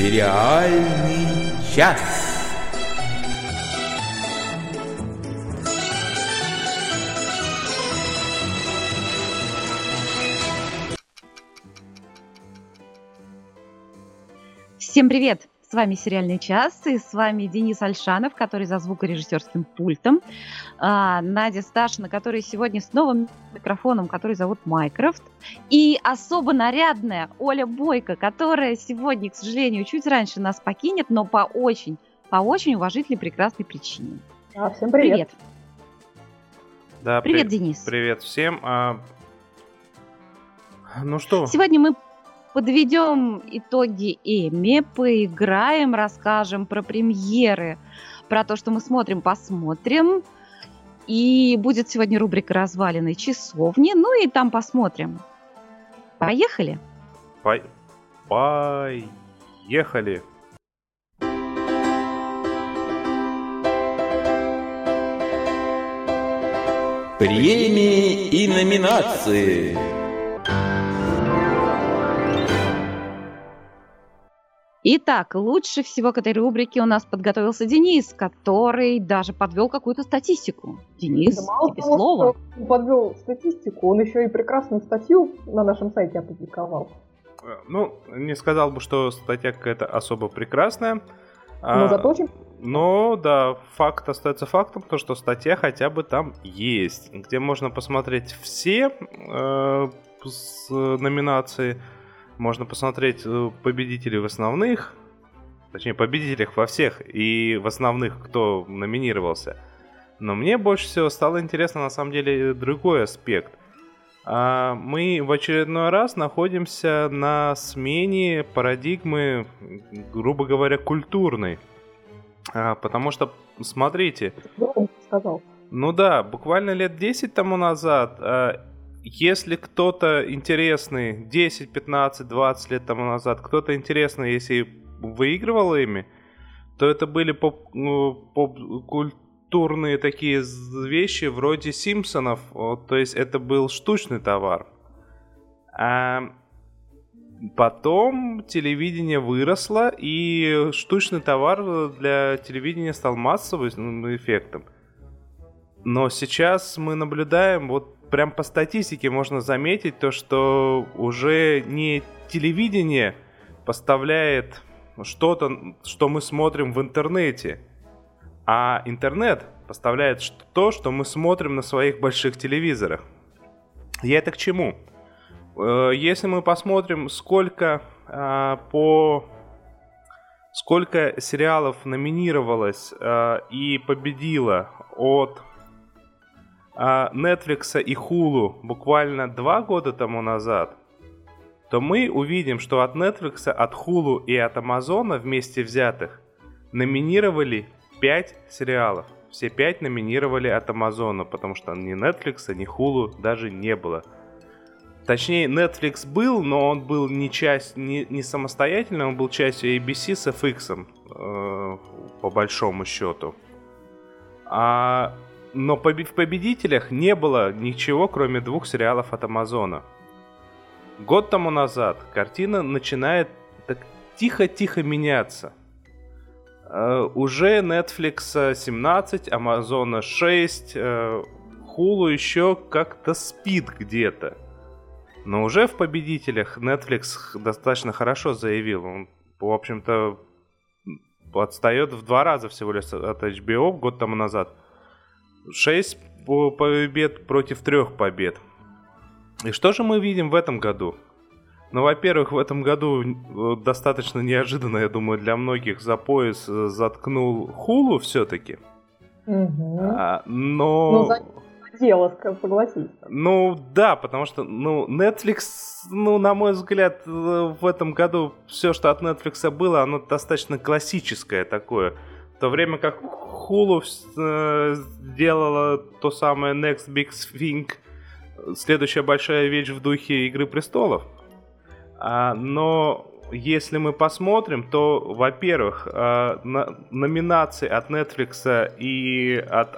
Сериальный час. Всем привет! С вами «Сериальный час», и с вами Денис Альшанов, который за звукорежиссерским пультом, Надя Сташина, которая сегодня с новым микрофоном, который зовут Майкрофт, и особо нарядная Оля Бойко, которая сегодня, к сожалению, чуть раньше нас покинет, но по очень уважительной, прекрасной причине. Всем привет! Да, привет, Денис! Привет всем! Ну что? Сегодня мы подведем итоги Эмми, поиграем, расскажем про премьеры, про то, что мы посмотрим. И будет сегодня рубрика «Развалины часовни». Ну и там посмотрим. Поехали? Поехали! Премии и номинации. Итак, лучше всего к этой рубрике у нас подготовился Денис, который даже подвел какую-то статистику. Денис, тебе слово. Он подвел статистику, он еще и прекрасную статью на нашем сайте опубликовал. Ну, не сказал бы, что статья какая-то особо прекрасная. Но зато очень... Но да, факт остается фактом, то что статья хотя бы там есть, где можно посмотреть все номинации. Можно посмотреть победителей в основных, точнее победителях во всех и в основных, кто номинировался. Но мне больше всего стало интересно на самом деле другой аспект. Мы в очередной раз находимся на смене парадигмы, грубо говоря, культурной. Потому что, смотрите... сказал. Ну да, буквально лет 10 тому назад... Если кто-то интересный 10, 15, 20 лет тому назад, кто-то интересный, если выигрывал ими, то это были поп-культурные такие вещи вроде Симпсонов, то есть это был штучный товар. А потом телевидение выросло, и штучный товар для телевидения стал массовым эффектом. Но сейчас мы наблюдаем прям по статистике можно заметить то, что уже не телевидение поставляет что-то, что мы смотрим в интернете, а интернет поставляет то, что мы смотрим на своих больших телевизорах. Я это к чему? Если мы посмотрим, сколько сериалов номинировалось и победило от Netflix и Hulu буквально 2 года тому назад, то мы увидим, что от Netflix, от Hulu и от Amazon вместе взятых номинировали 5 сериалов. Все 5 номинировали от Amazon, потому что ни Netflix, ни Hulu даже не было. Точнее, Netflix был, но он был не самостоятельно, он был частью ABC с FX, по большому счету. Но в победителях не было ничего, кроме 2 сериалов от Амазона. Год тому назад картина начинает так тихо-тихо меняться. Уже Netflix 17, Amazon 6, Hulu еще как-то спит где-то. Но уже в победителях Netflix достаточно хорошо заявил. Он, в общем-то, отстает в 2 раза всего лишь от HBO год тому назад. 6 побед против 3 побед. И что же мы видим в этом году? Ну, во-первых, в этом году достаточно неожиданно, я думаю, для многих за пояс заткнул Hulu все-таки. Угу. Но... Дело, согласись. Ну, да, потому что, Netflix, на мой взгляд, в этом году все, что от Netflix было, оно достаточно классическое такое. В то время как Hulu сделала то самое Next Big Thing, следующая большая вещь в духе «Игры престолов». Но если мы посмотрим, то, во-первых, номинации от Netflix и от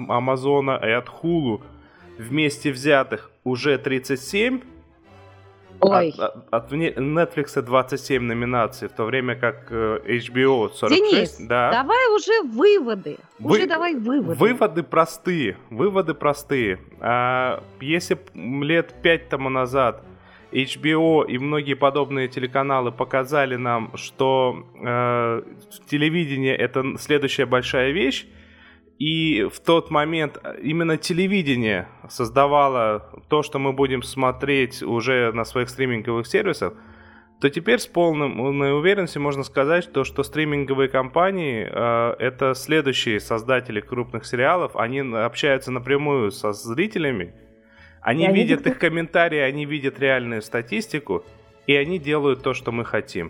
Amazon и от Hulu вместе взятых уже 37. Ой. От Netflix 27 номинаций, в то время как HBO 46. Денис, Да. давай уже выводы. Уже давай выводы. Выводы простые. Если лет 5 тому назад HBO и многие подобные телеканалы показали нам, что телевидение — это следующая большая вещь, и в тот момент именно телевидение создавало то, что мы будем смотреть уже на своих стриминговых сервисах, то теперь с полной уверенностью можно сказать, что стриминговые компании это следующие создатели крупных сериалов. Они общаются напрямую со зрителями, они видят их комментарии, они видят реальную статистику, и они делают то, что мы хотим.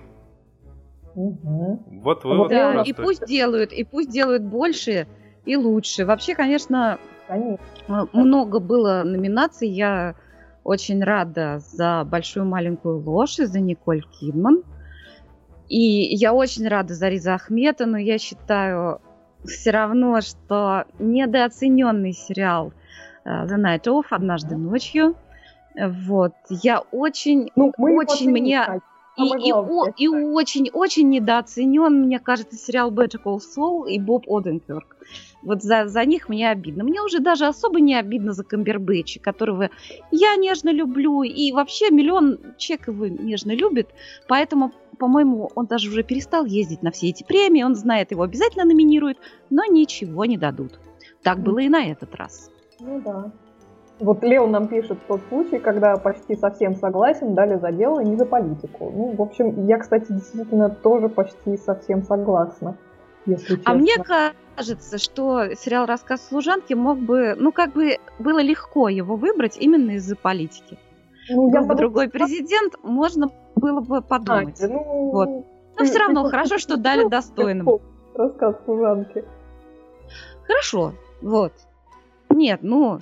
Вот вывод. Да, и пусть делают больше и лучше. Вообще, конечно, много было номинаций. Я очень рада за «Большую маленькую ложь» и за Николь Кидман. И я очень рада за Риза Ахмета, но я считаю все равно, что недооцененный сериал «The Night Of» «Однажды ночью». Вот. Я очень мне... И очень-очень недооценен, мне кажется, сериал Better Call Saul и Боб Оденкерк. Вот за них мне обидно. Мне уже даже особо не обидно за Камбербэтча, которого я нежно люблю, и вообще миллион человек его нежно любит, поэтому, по-моему, он даже уже перестал ездить на все эти премии, он знает, его обязательно номинируют, но ничего не дадут. Так было и на этот раз. Ну да. Вот Лео нам пишет тот случай, когда почти совсем согласен, дали за дело, не за политику. Ну, в общем, я, кстати, действительно тоже почти совсем согласна, если честно. А мне кажется, что сериал «Рассказ служанки» мог бы, было легко его выбрать именно из-за политики. Был бы другой президент, можно было бы подумать. Вот. Но все равно хорошо, что дали достойным. «Рассказ служанки». Хорошо, вот. Нет,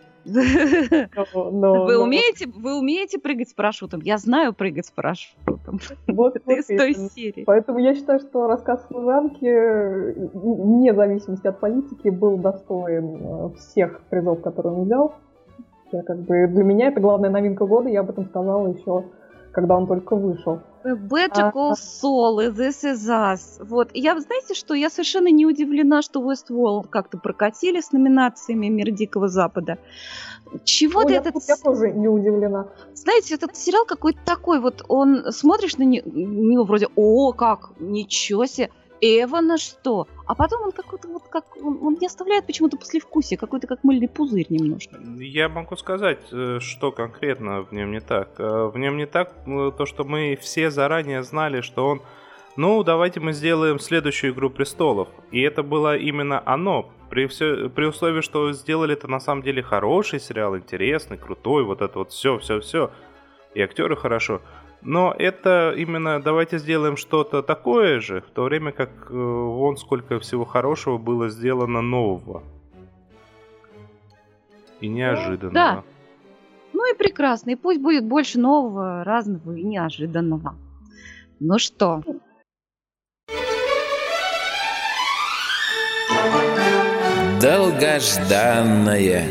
Вы умеете прыгать с парашютом? Я знаю прыгать с парашютом. Вот из той серии. Поэтому я считаю, что «Рассказ служанки», вне зависимости от политики, был достоин всех призов, которые он взял. Для меня это главная новинка года, я об этом сказала еще, когда он только вышел. Better Call Saul и This Is Us. Вот. Знаете что, я совершенно не удивлена, что Westworld как-то прокатили с номинациями «Мир Дикого Запада». Я тоже не удивлена. Знаете, этот сериал какой-то такой, вот он смотришь на него вроде, ничего себе, Эвана что? А потом он какой-то он не оставляет почему-то послевкусие, какой-то как мыльный пузырь немножко. Я могу сказать, что конкретно в нем не так. В нем не так то, что мы все заранее знали, что он... давайте мы сделаем следующую «Игру престолов». И это было именно оно. При условии, что сделали это на самом деле хороший сериал, интересный, крутой, вот это вот все. И актеры хорошо. Но это именно давайте сделаем что-то такое же, в то время как вон сколько всего хорошего было сделано нового. И неожиданного. Да. И прекрасно. И пусть будет больше нового, разного и неожиданного. Ну что? Долгожданное.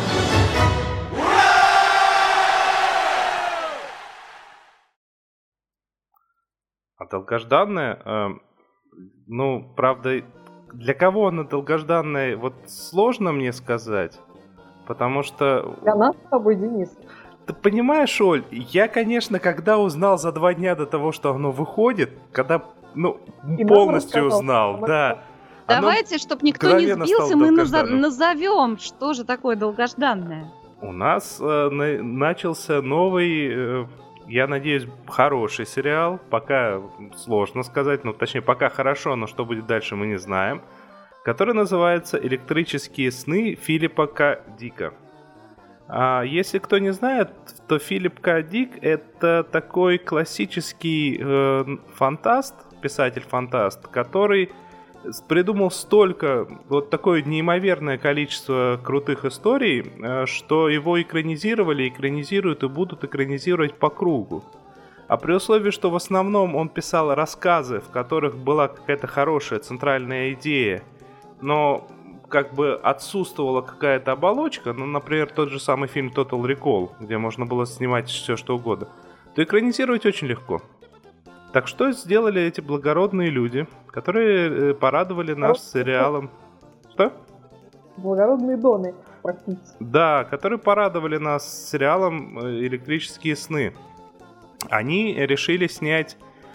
А долгожданное, правда, для кого оно долгожданное, вот сложно мне сказать, потому что... Для нас с тобой, Денис. Ты понимаешь, Оль, я, конечно, когда узнал за 2 дня до того, что оно выходит, когда, полностью узнал, да. Давайте, чтобы никто не сбился, мы назовем, что же такое долгожданное. У нас начался новый... Я надеюсь, хороший сериал. Пока сложно сказать, точнее, пока хорошо, но что будет дальше, мы не знаем. Который называется «Электрические сны» Филиппа К. Дика. Если кто не знает, то Филипп К. Дик — это такой классический фантаст, писатель-фантаст, который придумал вот такое неимоверное количество крутых историй, что его экранизируют и будут экранизировать по кругу. А при условии, что в основном он писал рассказы, в которых была какая-то хорошая центральная идея, но отсутствовала какая-то оболочка, например, тот же самый фильм Total Recall, где можно было снимать все что угодно, то экранизировать очень легко. Так что сделали эти благородные люди, которые порадовали нас сериалом... Что? Благородные доны, простите. Да, которые порадовали нас сериалом «Электрические сны». Они решили снять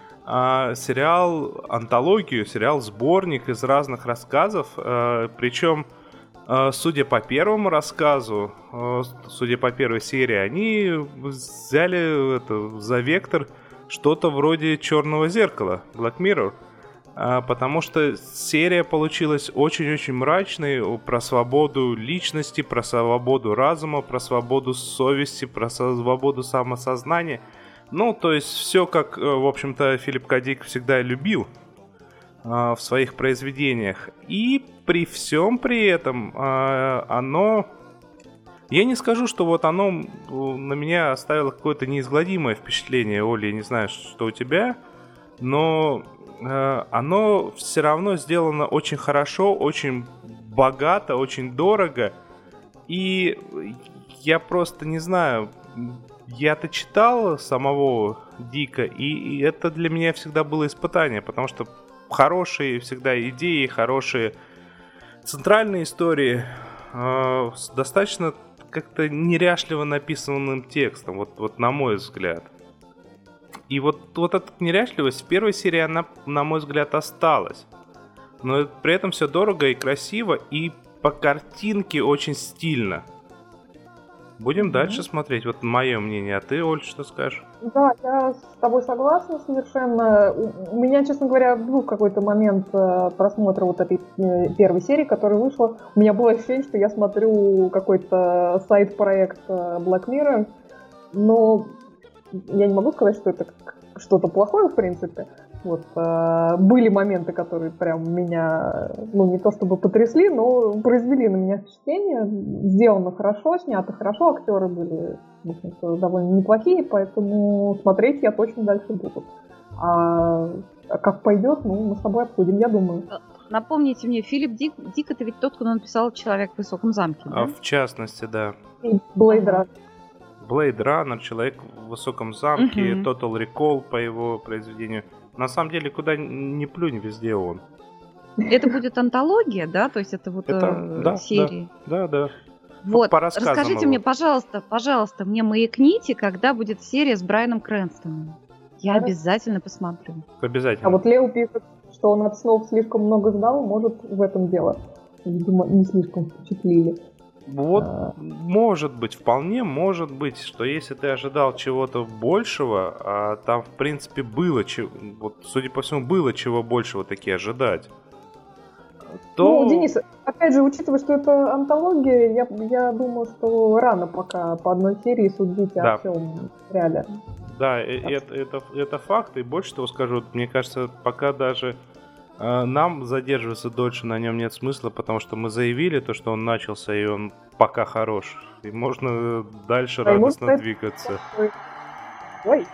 сериал-антологию, сериал-сборник из разных рассказов. Причем, судя по первому рассказу, судя по первой серии, они взяли за вектор что-то вроде «Черного зеркала», Black Mirror. Потому что серия получилась очень-очень мрачной, про свободу личности, про свободу разума, про свободу совести, про свободу самосознания. Ну, то есть все, как, в общем-то, Филипп К. Дик всегда любил в своих произведениях. И при всем при этом оно... Я не скажу, что вот оно на меня оставило какое-то неизгладимое впечатление, Оля, я не знаю, что у тебя, но... оно все равно сделано очень хорошо, очень богато, очень дорого. И я просто не знаю, я-то читал самого Дика, и это для меня всегда было испытание, потому что хорошие всегда идеи, хорошие центральные истории с достаточно как-то неряшливо написанным текстом, вот на мой взгляд. И вот эта неряшливость в первой серии, она, на мой взгляд, осталась. Но при этом все дорого и красиво, и по картинке очень стильно. Будем дальше смотреть. Вот мое мнение. А ты, Оль, что скажешь? Да, я с тобой согласна совершенно. У меня, честно говоря, был какой-то момент просмотра вот этой первой серии, которая вышла. У меня было ощущение, что я смотрю какой-то сайт-проект Black Mirror. Но я не могу сказать, что это что-то плохое, в принципе. Вот, были моменты, которые прям меня, ну, не то чтобы потрясли, но произвели на меня впечатление. Сделано хорошо, снято хорошо, актеры были, в общем-то, довольно неплохие, поэтому смотреть я точно дальше буду. А как пойдет, ну, мы с тобой обсудим, я думаю. Напомните мне, Филипп Дик это ведь тот, кто написал «Человек в высоком замке», да? В частности, да. И Blade Runner. Blade Runner, Человек в высоком замке, Total Recall по его произведению. На самом деле, куда ни плюнь, везде он. Это будет антология, да? То есть это вот серии? Да. Вот, расскажите мне, пожалуйста, мне маякните, когда будет серия с Брайаном Крэнстоном. Я обязательно посмотрю. Обязательно. А вот Лео пишет, что он от снов слишком много ждал, может, в этом дело. Видимо, не слишком впечатлили. Вот, может быть, вполне может быть, что если ты ожидал чего-то большего, а там, в принципе, было, вот, судя по всему, было чего большего таки ожидать, то... Ну, Денис, опять же, учитывая, что это антология, я думаю, что рано пока по одной серии судить о всем реале. Да, это факт, и больше того скажу, мне кажется, пока даже... Нам задерживаться дольше на нем нет смысла, потому что мы заявили то, что он начался, и он пока хорош. И можно дальше радостно двигаться. Ой.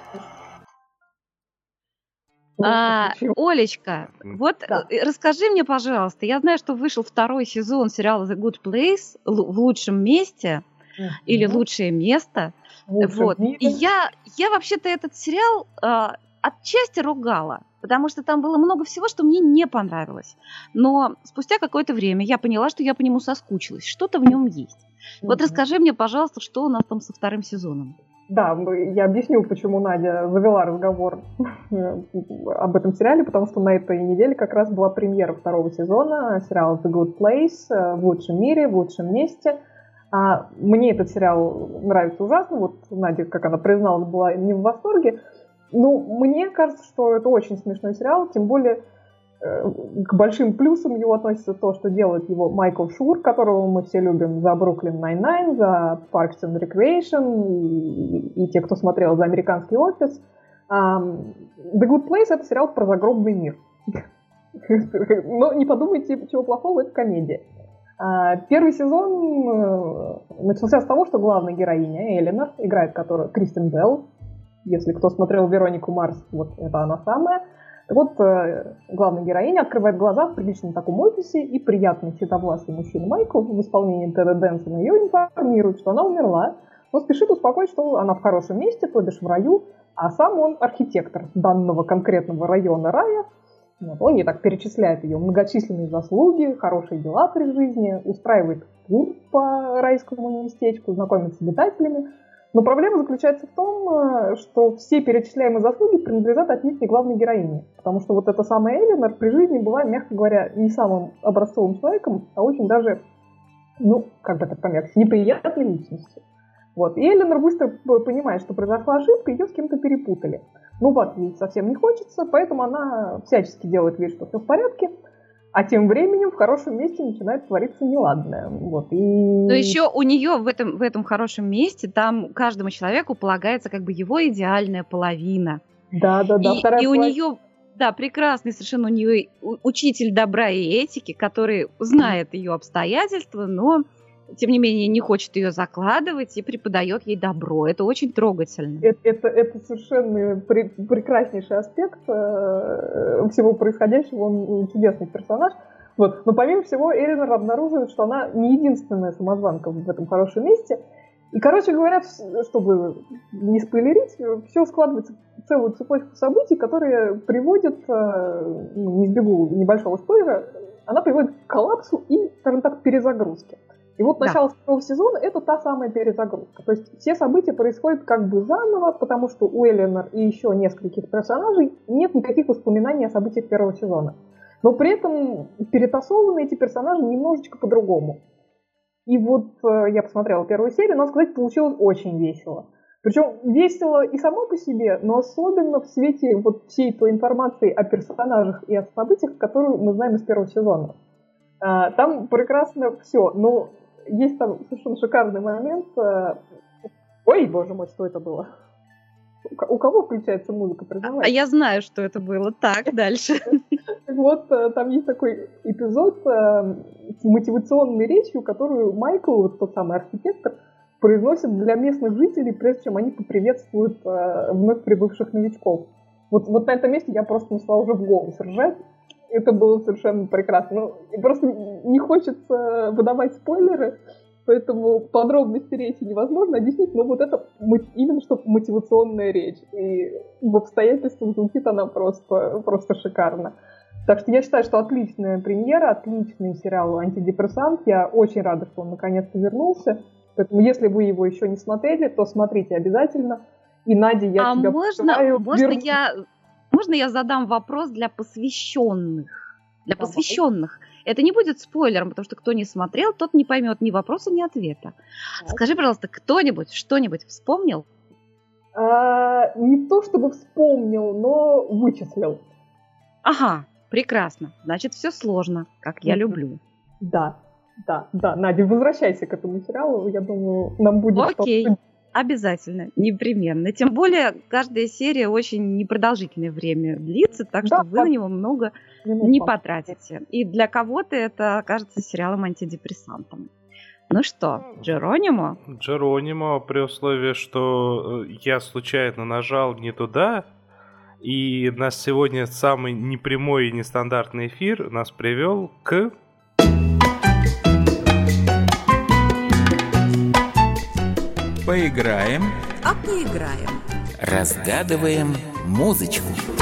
Олечка, вот расскажи мне, пожалуйста, я знаю, что вышел второй сезон сериала The Good Place, в лучшем месте, или лучшее место. Вот. И я вообще-то этот сериал отчасти ругала, потому что там было много всего, что мне не понравилось. Но спустя какое-то время я поняла, что я по нему соскучилась. Что-то в нем есть. Вот расскажи мне, пожалуйста, что у нас там со вторым сезоном. Да, я объясню, почему Надя завела разговор об этом сериале, потому что на этой неделе как раз была премьера второго сезона сериала The Good Place, в лучшем мире, в лучшем месте. Мне этот сериал нравится ужасно. Вот Надя, как она призналась, была не в восторге. Ну, мне кажется, что это очень смешной сериал, тем более к большим плюсам его относится то, что делает его Майкл Шур, которого мы все любим за Brooklyn Nine-Nine, за Parks and Recreation и те, кто смотрел за Американский офис. The Good Place — это сериал про загробный мир. Но не подумайте, чего плохого, это комедия. Первый сезон начался с того, что главная героиня Эленор, играет которую Кристен Белл. Если кто смотрел «Веронику Марс», вот это она самая. Так вот, главная героиня открывает глаза в приличном таком офисе, и приятный седовласый мужчина Майкл в исполнении Теда Дэнсона ее информирует, что она умерла, но спешит успокоить, что она в хорошем месте, то бишь в раю, а сам он архитектор данного конкретного района рая. Вот, он ей так перечисляет ее многочисленные заслуги, хорошие дела при жизни, устраивает тур по райскому местечку, знакомится с обитателями. Но проблема заключается в том, что все перечисляемые заслуги принадлежат отнюдь не главной героине. Потому что вот эта самая Эленор при жизни была, мягко говоря, не самым образцовым человеком, а очень даже, как бы так помягче, неприятной личностью. Вот. И Эленор быстро понимает, что произошла ошибка, ее с кем-то перепутали. Вот, ей совсем не хочется, поэтому она всячески делает вид, что все в порядке, а тем временем в хорошем месте начинает твориться неладное. Вот, Но еще у нее в этом хорошем месте, там каждому человеку полагается как бы его идеальная половина. Да. И у нее, да, прекрасный совершенно у нее учитель добра и этики, который знает ее обстоятельства, но тем не менее не хочет ее закладывать и преподает ей добро. Это очень трогательно. Это совершенно прекраснейший аспект всего происходящего. Он чудесный персонаж. Вот. Но помимо всего, Эленор обнаруживает, что она не единственная самозванка в этом хорошем месте. И, короче говоря, чтобы не спойлерить, все складывается в целую цепочку событий, которые приводят, не сбегу небольшого спойлера, она приводит к коллапсу и, скажем так, перезагрузке. И вот начало второго сезона — это та самая перезагрузка. То есть все события происходят как бы заново, потому что у Эленор и еще нескольких персонажей нет никаких воспоминаний о событиях первого сезона. Но при этом перетасованы эти персонажи немножечко по-другому. И вот я посмотрела первую серию, надо сказать, получилось очень весело. Причем весело и само по себе, но особенно в свете вот всей той информации о персонажах и о событиях, которую мы знаем из первого сезона. Там прекрасно все, но есть там совершенно шикарный момент. Ой, боже мой, что это было? У кого включается музыка, признавайся? А я знаю, что это было. Так, дальше. Вот там есть такой эпизод с мотивационной речью, которую Майкл, вот тот самый архитектор, произносит для местных жителей, прежде чем они поприветствуют вновь прибывших новичков. Вот на этом месте я просто начала уже в голос ржать. Это было совершенно прекрасно. Просто не хочется выдавать спойлеры, поэтому подробности речи невозможно объяснить, но вот это именно что мотивационная речь. И в обстоятельствах звучит она просто шикарно. Так что я считаю, что отличная премьера, отличный сериал «Антидепрессант». Я очень рада, что он наконец-то вернулся. Поэтому если вы его еще не смотрели, то смотрите обязательно. И, Надя, я тебя призываю... Можно я задам вопрос для посвященных? Посвященных. Это не будет спойлером, потому что кто не смотрел, тот не поймет ни вопроса, ни ответа. Так. Скажи, пожалуйста, кто-нибудь что-нибудь вспомнил? Не то чтобы вспомнил, но вычислил. Ага, прекрасно. Значит, все сложно, как я люблю. Да. Надя, возвращайся к этому сериалу. Я думаю, нам будет Окей. Обязательно, непременно. Тем более, каждая серия очень непродолжительное время длится, так что вы на него много не потратите. И для кого-то это окажется сериалом антидепрессантом. Ну что, Джеронимо? Джеронимо, при условии, что я случайно нажал не туда, и нас сегодня самый непрямой и нестандартный эфир нас привел к... Поиграем. А поиграем. Разгадываем музычку.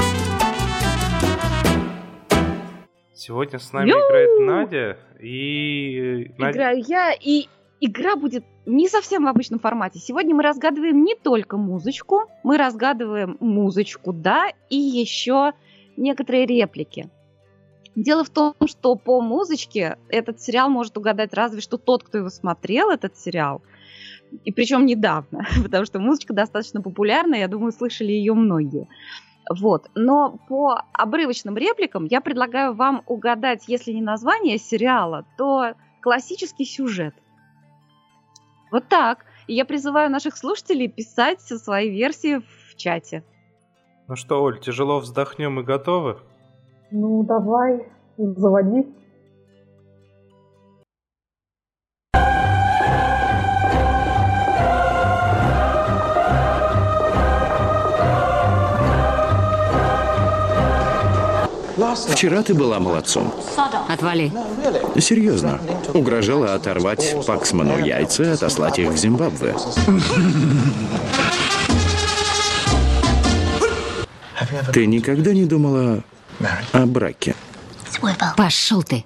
Сегодня с нами играет Надя. И... Играю я, и игра будет не совсем в обычном формате. Сегодня мы разгадываем не только музычку, мы разгадываем музычку, да, и еще некоторые реплики. Дело в том, что по музычке этот сериал может угадать разве что тот, кто его смотрел, этот сериал. И причем недавно, потому что музычка достаточно популярна, я думаю, слышали ее многие. Вот. Но по обрывочным репликам я предлагаю вам угадать, если не название сериала, то классический сюжет. Вот так. И я призываю наших слушателей писать свои версии в чате. Ну что, Оль, тяжело вздохнем и готовы? Ну, давай, заводи. Вчера ты была молодцом. Отвали. Серьезно. Угрожала оторвать Паксману яйца и отослать их в Зимбабве. Ты никогда не думала о браке? Пошел ты.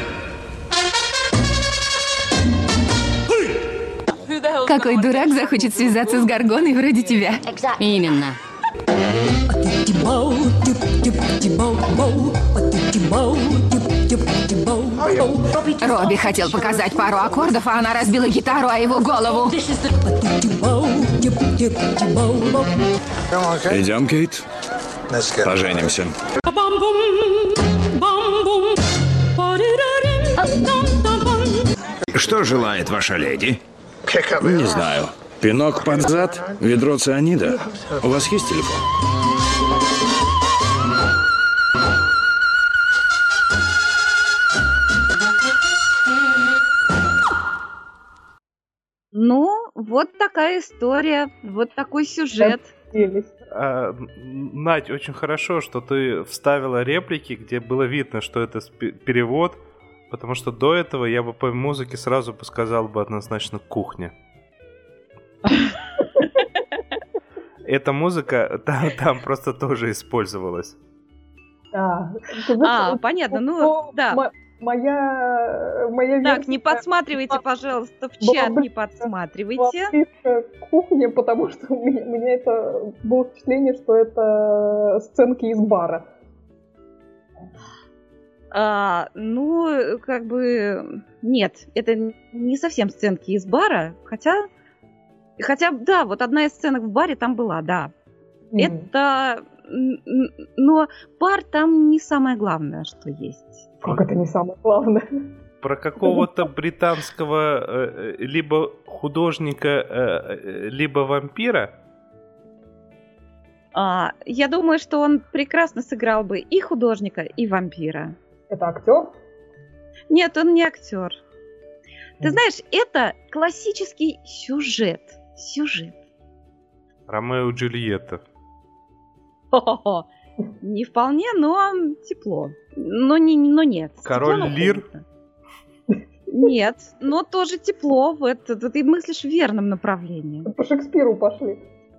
Какой дурак захочет связаться с Горгоной вроде тебя? Именно. Робби хотел показать пару аккордов, а она разбила гитару о его голову. Идем, Кейт. Поженимся. Что желает ваша леди? Не знаю. Пинок под зад, ведро цианида. У вас есть телефон? Ну, вот такая история, вот такой сюжет. Надь, очень хорошо, что ты вставила реплики, где было видно, что это перевод, потому что до этого я бы по музыке сразу бы сказал бы однозначно «кухня». Эта музыка там просто тоже использовалась. Понятно, ну да. Моя так, не подсматривайте, пожалуйста, в чат, не подсматривайте. Кухня, потому что у меня это было впечатление, что это сценки из бара. Ну, как бы, нет, это не совсем сценки из бара, хотя, да, вот одна из сценок в баре там была, да. Это, но бар там не самое главное, что есть. Как это не самое главное? Про какого-то британского либо художника, либо вампира? Я думаю, что он прекрасно сыграл бы и художника, и вампира. Это актер? Нет, он не актер. Ты знаешь, это классический сюжет. Ромео и Джульетта. Не вполне, но тепло. Но нет. Король Лир? Нет, но тоже тепло. Ты мыслишь в верном направлении. По Шекспиру пошли.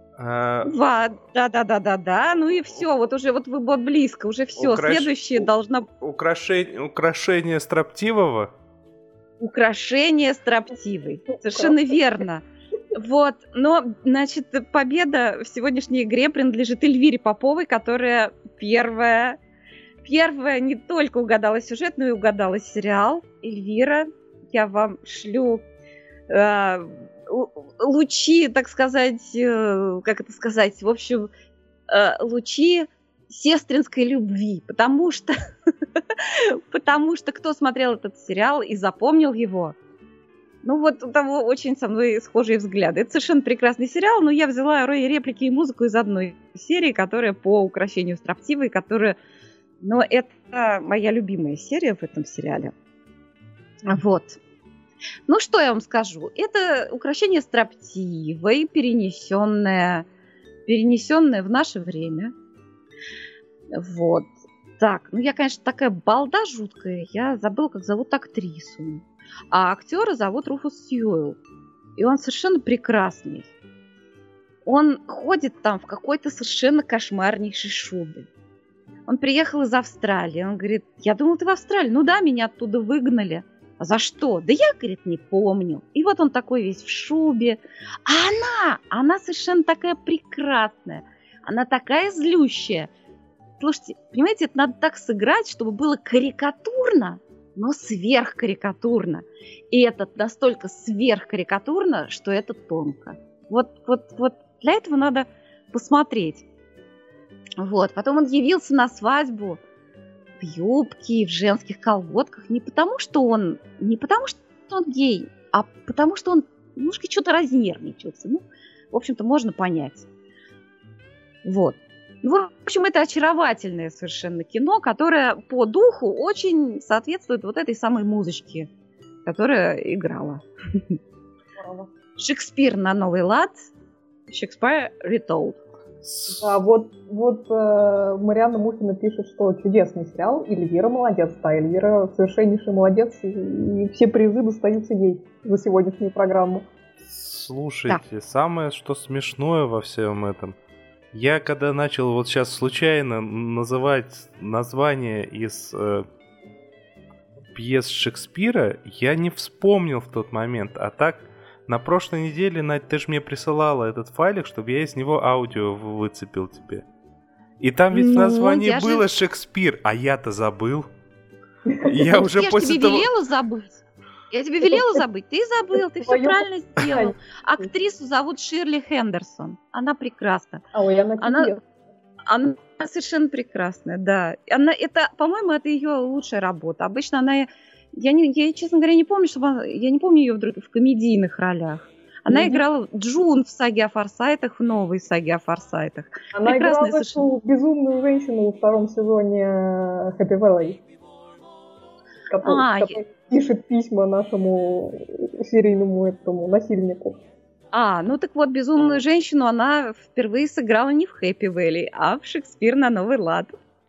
Да. Ну и все, вот вы близко, уже все. Следующее должно... Украшение строптивого? Украшение строптивой. Совершенно верно. Вот, но, значит, победа в сегодняшней игре принадлежит Эльвире Поповой, которая первая не только угадала сюжет, но и угадала сериал. Эльвира, я вам шлю лучи, так сказать, в общем, лучи сестринской любви, потому что кто смотрел этот сериал и запомнил его, ну вот у того очень со мной схожие взгляды. Это совершенно прекрасный сериал, но я взяла реплики и музыку из одной серии, которая по украшению строптивой, но это моя любимая серия в этом сериале. Вот. Ну, что я вам скажу? Это украшение строптивой, перенесенное в наше время. Вот. Так, ну я, конечно, такая балда жуткая. Я забыла, как зовут актрису. А актера зовут Руфус Сьюэлл. И он совершенно прекрасный. Он ходит там в какой-то совершенно кошмарнейшей шубе. Он приехал из Австралии. Он говорит, я думал, ты в Австралии. Ну да, меня оттуда выгнали. А за что? Да я, говорит, не помню. И вот он такой весь в шубе. А она совершенно такая прекрасная. Она такая злющая. Слушайте, понимаете, это надо так сыграть, чтобы было карикатурно, но сверхкарикатурно. И это настолько сверхкарикатурно, что это тонко. Вот для этого надо посмотреть. Вот. Потом он явился на свадьбу в юбке и в женских колготках не потому, что он гей, а потому, что он немножко что-то разнервничался. Ну, в общем-то, можно понять. Вот. Ну, в общем, это очаровательное совершенно кино, которое по духу очень соответствует вот этой самой музычке, которая играла. Шекспир на новый лад. Шекспир retold. Да, вот Марианна Мухина пишет, что чудесный сериал, Эльвира молодец. Да, Эльвира совершеннейший молодец, и все призы достаются ей за сегодняшнюю программу. Слушайте, самое, что смешное во всем этом, я когда начал вот сейчас случайно называть названия из пьес Шекспира, я не вспомнил в тот момент, а так на прошлой неделе, Надь, ты же мне присылала этот файлик, чтобы я из него аудио выцепил тебе. И там ведь в названии было Шекспир, а я-то забыл. Я уже после того... велела забыть. Я тебе велела забыть, ты забыл, ты все правильно сделал. Актрису зовут Ширли Хендерсон, она прекрасна. Она совершенно прекрасная, да. Это, по-моему, это ее лучшая работа. Обычно она... Я, честно говоря, не помню, я не помню ее в комедийных ролях. Она играла Джун в «Саге о Форсайтах», в новой «Саге о Форсайтах». Она играла эту безумную женщину во втором сезоне Happy Valley, которая пишет письма нашему серийному этому насильнику. Ну так вот, безумную женщину она впервые сыграла не в Happy Valley, а в «Шекспир на новый лад».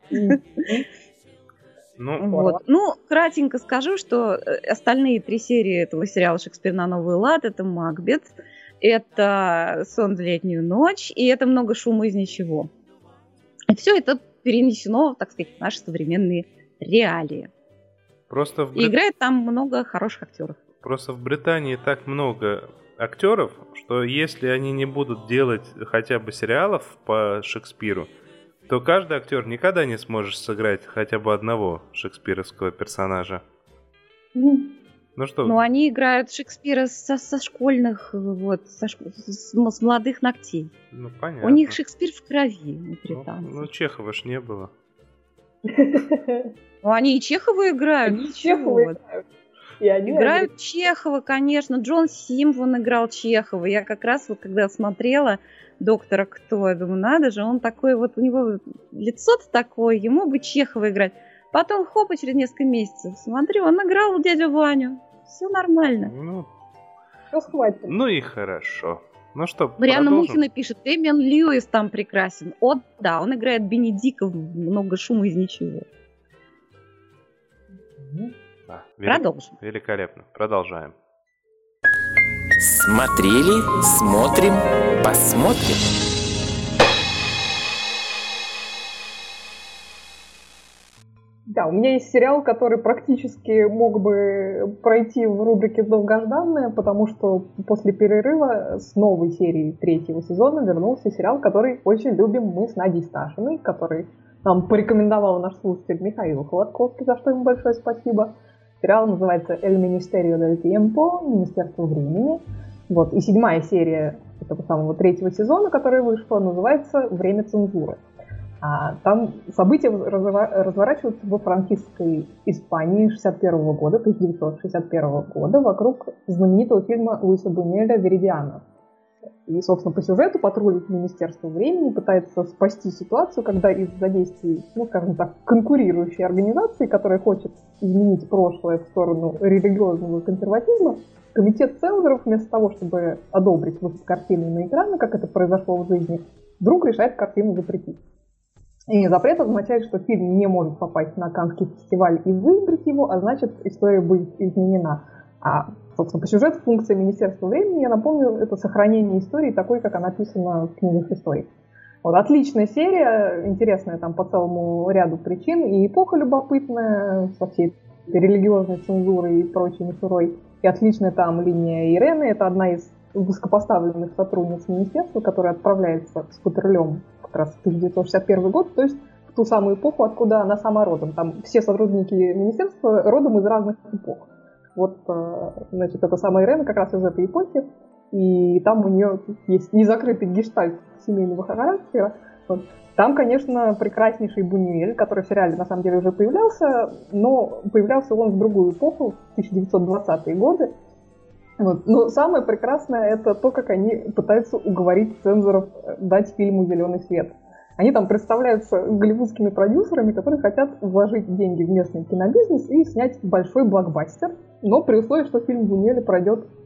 Ну, кратенько скажу, что остальные 3 серии этого сериала «Шекспир на новый лад» — это «Макбет», это «Сон в летнюю ночь» и это «Много шума из ничего». И все это перенесено, так сказать, в наши современные реалии. И играет там много хороших актеров. Просто в Британии так много актеров, что если они не будут делать хотя бы сериалов по Шекспиру, то каждый актер никогда не сможет сыграть хотя бы одного шекспировского персонажа. Ну что? Ну, они играют Шекспира со школьных, с молодых ногтей. Ну, понятно. У них Шекспир в крови, британцев. Ну, Чехова ж не было. Ну, они и Чехова играют. Играют Чехова, конечно. Джон Симвон играл Чехова. Я как раз вот когда смотрела «Доктора Кто», я думаю, надо же, он такой вот, у него лицо-то такое, ему бы Чехова играть. Потом, хоп, и через несколько месяцев, смотрю, он играл дядю Ваню. Все нормально. Ну и хорошо. Ну что, Марианна Мухина пишет, Дэмиан Льюис там прекрасен. О, да, он играет Бенедика в «Много шума из ничего». Да, продолжим. Великолепно. Продолжаем. Смотрели, смотрим, посмотрим. Да, у меня есть сериал, который практически мог бы пройти в рубрике «Долгожданное», потому что после перерыва с новой серии 3-го сезона вернулся сериал, который очень любим мы с Надей Сташиной, который нам порекомендовал наш слушатель Михаил Холодковский, за что ему большое спасибо. Сериал называется «El Ministerio del Tiempo», «Министерство времени». Вот. И 7-я серия этого самого 3-го сезона, которая вышла, называется «Время цензуры». Там события разворачиваются во франкистской Испании 1961 года, 1961 года, вокруг знаменитого фильма Луиса Бунюэля «Веридиана». И, собственно, по сюжету патруль Министерства времени пытается спасти ситуацию, когда из-за действий, скажем так, конкурирующей организации, которая хочет изменить прошлое в сторону религиозного консерватизма, комитет цензоров вместо того, чтобы одобрить выход картины на экраны, как это произошло в жизни, вдруг решает картину запретить. И запрет означает, что фильм не может попасть на Каннский фестиваль и выиграть его, а значит, история будет изменена. Собственно, по сюжету функция Министерства времени, я напомню, это сохранение истории такой, как она описана в книгах истории. Вот, отличная серия, интересная там по целому ряду причин, и эпоха любопытная, со всей религиозной цензурой и прочей мишурой, и отличная там линия Ирены, это одна из высокопоставленных сотрудниц министерства, которая отправляется с патрулем как раз в 1961 год, то есть в ту самую эпоху, откуда она сама родом. Там все сотрудники министерства родом из разных эпох. Вот, значит, эта самая Ирена как раз из этой эпохи, и там у нее есть незакрытый гештальт семейного характера. Вот. Там, конечно, прекраснейший Бунюэль, который в сериале на самом деле уже появлялся, но появлялся он в другую эпоху, в 1920-е годы. Вот. Но самое прекрасное это то, как они пытаются уговорить цензоров дать фильму зеленый свет. Они там представляются голливудскими продюсерами, которые хотят вложить деньги в местный кинобизнес и снять большой блокбастер, но при условии, что фильм Бунюэля пройдет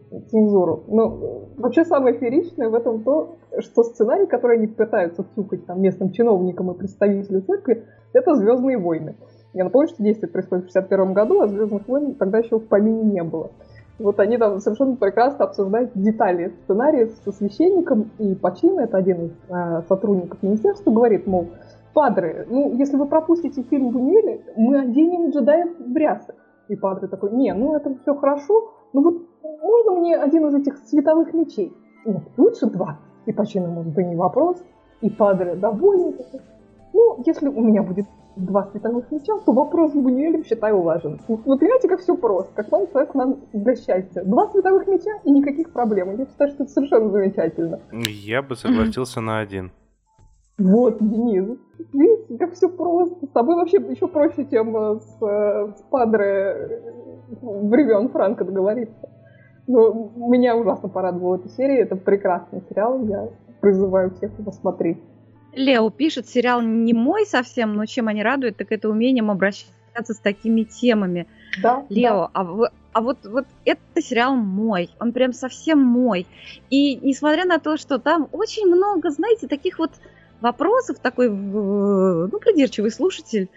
цензуру. Но вообще самое фееричное в этом то, что сценарий, который они пытаются втюхать там местным чиновникам и представителям церкви, это «Звездные войны». Я напомню, что действие происходит в 1961 году, а «Звездных войн» тогда еще в помине не было. Вот они там совершенно прекрасно обсуждают детали сценария со священником, и Пачино, это один из сотрудников министерства, говорит, мол, падре, ну, если вы пропустите фильм «Бунюэль», мы оденем джедаев в рясы. И падре такой, не, ну это все хорошо, ну вот можно мне один из этих световых мечей? Нет, лучше 2. И Пачино, может быть, не вопрос. И падре довольный такой, ну, если у меня будет 2 световых меча, то вопрос с Бунюэлем, считаю, улажен. Вы понимаете, как все просто, как вам человек нам для счастья. 2 световых меча и никаких проблем. Я считаю, что это совершенно замечательно. Я бы согласился на 1. Вот, Денис, видите, как все просто. С тобой вообще еще проще, чем с падре времен Франка договориться. Но меня ужасно порадовала эта серия. Это прекрасный сериал. Я призываю всех его смотреть. Лео пишет, сериал не мой совсем, но чем они радуют, так это умением обращаться с такими темами. Да, Лео, да. а вот это сериал мой, он прям совсем мой. И несмотря на то, что там очень много, знаете, таких вот вопросов, такой, ну, придирчивый слушатель,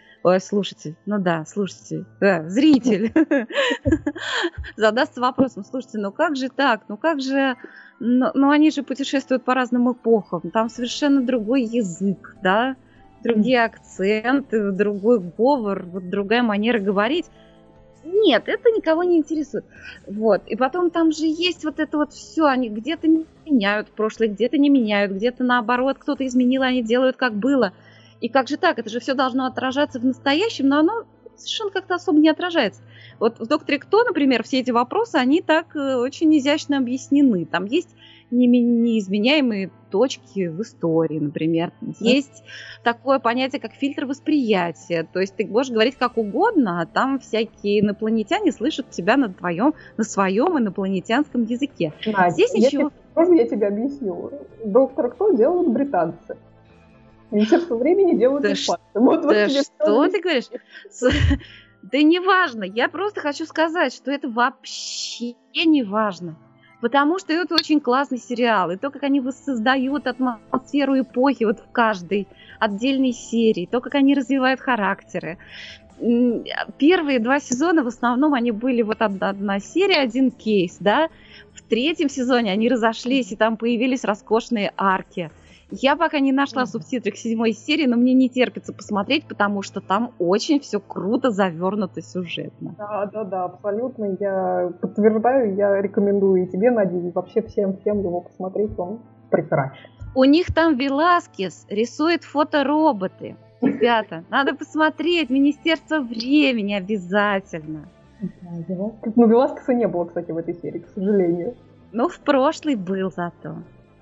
зритель задастся вопросом, слушайте, ну как же так, ну как же, ну они же путешествуют по разным эпохам, там совершенно другой язык, да, другие акценты, другой говор, вот другая манера говорить. Нет, это никого не интересует. Вот. И потом там же есть вот это вот все. Они где-то меняют прошлое, где-то не меняют, где-то наоборот кто-то изменил, они делают как было. И как же так? Это же все должно отражаться в настоящем, но оно совершенно как-то особо не отражается. Вот в «Докторе Кто», например, все эти вопросы, они так очень изящно объяснены. Там есть неизменяемые точки в истории, например. Есть такое понятие, как фильтр восприятия. То есть ты можешь говорить как угодно, а там всякие инопланетяне слышат тебя на своем инопланетянском языке. Надя, здесь ничего... Можно я тебе объясню? «Доктор Кто» делают британцы. Министерство времени делают испанцы. Что ты говоришь? Да не важно. Я просто хочу сказать, что это вообще не важно. Потому что это очень классный сериал. И то, как они воссоздают атмосферу эпохи вот в каждой отдельной серии. То, как они развивают характеры. Первые 2 сезона в основном они были вот одна серия, один кейс, да. В 3-м сезоне они разошлись, и там появились роскошные арки. Я пока не нашла субтитры к 7-й серии, но мне не терпится посмотреть, потому что там очень все круто завернуто сюжетно. Да, абсолютно. Я подтверждаю, я рекомендую и тебе, Надя, и вообще всем его посмотреть, он прекрасен. У них там Веласкес рисует фотороботы. Ребята, надо посмотреть «Министерство времени» обязательно. Ну, Веласкеса не было, кстати, в этой серии, к сожалению. Ну, в прошлый был зато.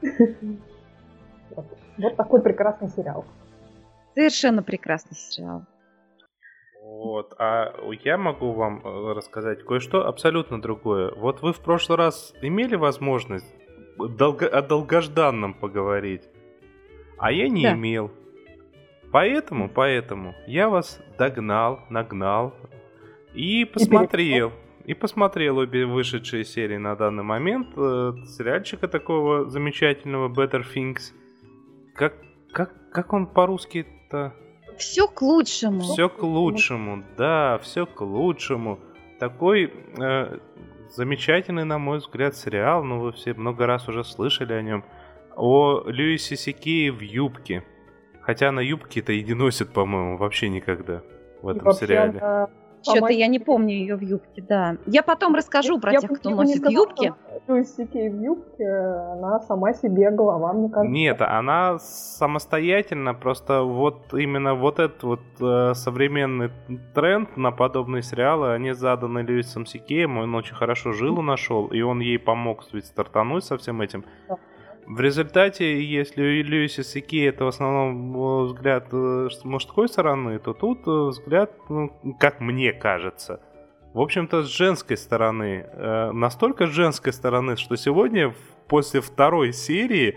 Вот такой прекрасный сериал. Совершенно прекрасный сериал. Вот, а я могу вам рассказать кое-что абсолютно другое. Вот вы в прошлый раз имели возможность о долгожданном поговорить, а я не имел. Поэтому я вас нагнал и посмотрел. И посмотрел обе вышедшие серии на данный момент сериальчика такого замечательного Better Things. Как он по-русски-то? Все к лучшему. Все к лучшему, да, все к лучшему. Такой замечательный, на мой взгляд, сериал, ну вы все много раз уже слышали о нем, о Льюисе Сикее в юбке. Хотя на юбке-то и не носит, по-моему, вообще никогда в этом сериале. Что-то я не помню ее в юбке, да. Я потом расскажу про тех, кто носит юбки. Льюис Сикей в юбке, она сама себе голова, мне кажется. Нет, она самостоятельно, просто вот именно вот этот вот современный тренд на подобные сериалы, они заданы Льюисом Сикеем, он очень хорошо жилу нашел, и он ей помог ведь стартануть со всем этим. В результате, если у Льюиса Сикея это в основном взгляд с мужской стороны, то тут взгляд, ну, как мне кажется, в общем-то, с женской стороны. Настолько с женской стороны, что сегодня, после 2-й серии,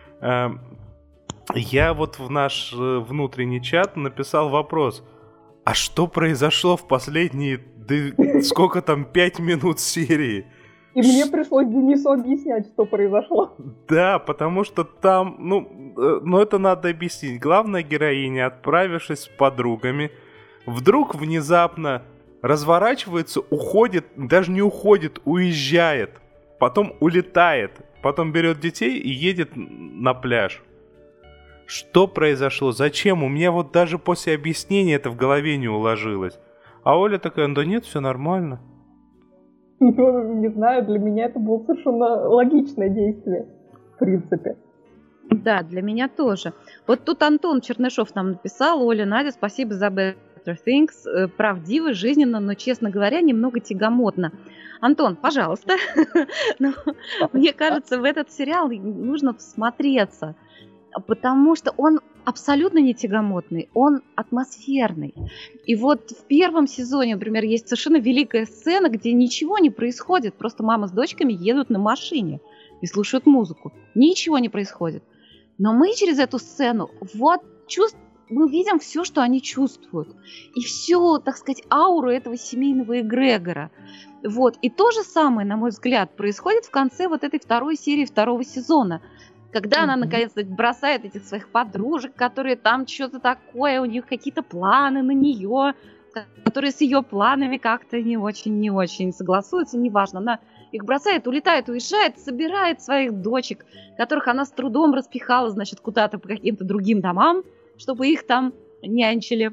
я вот в наш внутренний чат написал вопрос: а что произошло в последние, сколько там, 5 минут серии? И мне пришлось Денису объяснять, что произошло. Да, потому что там, ну это надо объяснить. Главная героиня, отправившись с подругами, вдруг внезапно разворачивается, уходит, даже не уходит, уезжает, потом улетает, потом берет детей и едет на пляж. Что произошло? Зачем? У меня вот даже после объяснения это в голове не уложилось. А Оля такая, да нет, все нормально. Ну, не знаю, для меня это было совершенно логичное действие, в принципе. Да, для меня тоже. Вот тут Антон Чернышов нам написал: Оля, Надя, спасибо за Better Things. Правдиво, жизненно, но, честно говоря, немного тягомотно. Антон, пожалуйста. Мне кажется, в этот сериал нужно всмотреться, потому что он абсолютно не тягомотный, он атмосферный. И вот в первом сезоне, например, есть совершенно великая сцена, где ничего не происходит, просто мама с дочками едут на машине и слушают музыку. Ничего не происходит. Но мы через эту сцену мы видим все, что они чувствуют. И всю, так сказать, ауру этого семейного эгрегора. Вот. И то же самое, на мой взгляд, происходит в конце вот этой второй серии второго сезона. Когда она, наконец-то, бросает этих своих подружек, которые там что-то такое, у них какие-то планы на нее, которые с ее планами как-то не очень согласуются, неважно. Она их бросает, улетает, уезжает, собирает своих дочек, которых она с трудом распихала, значит, куда-то по каким-то другим домам, чтобы их там нянчили.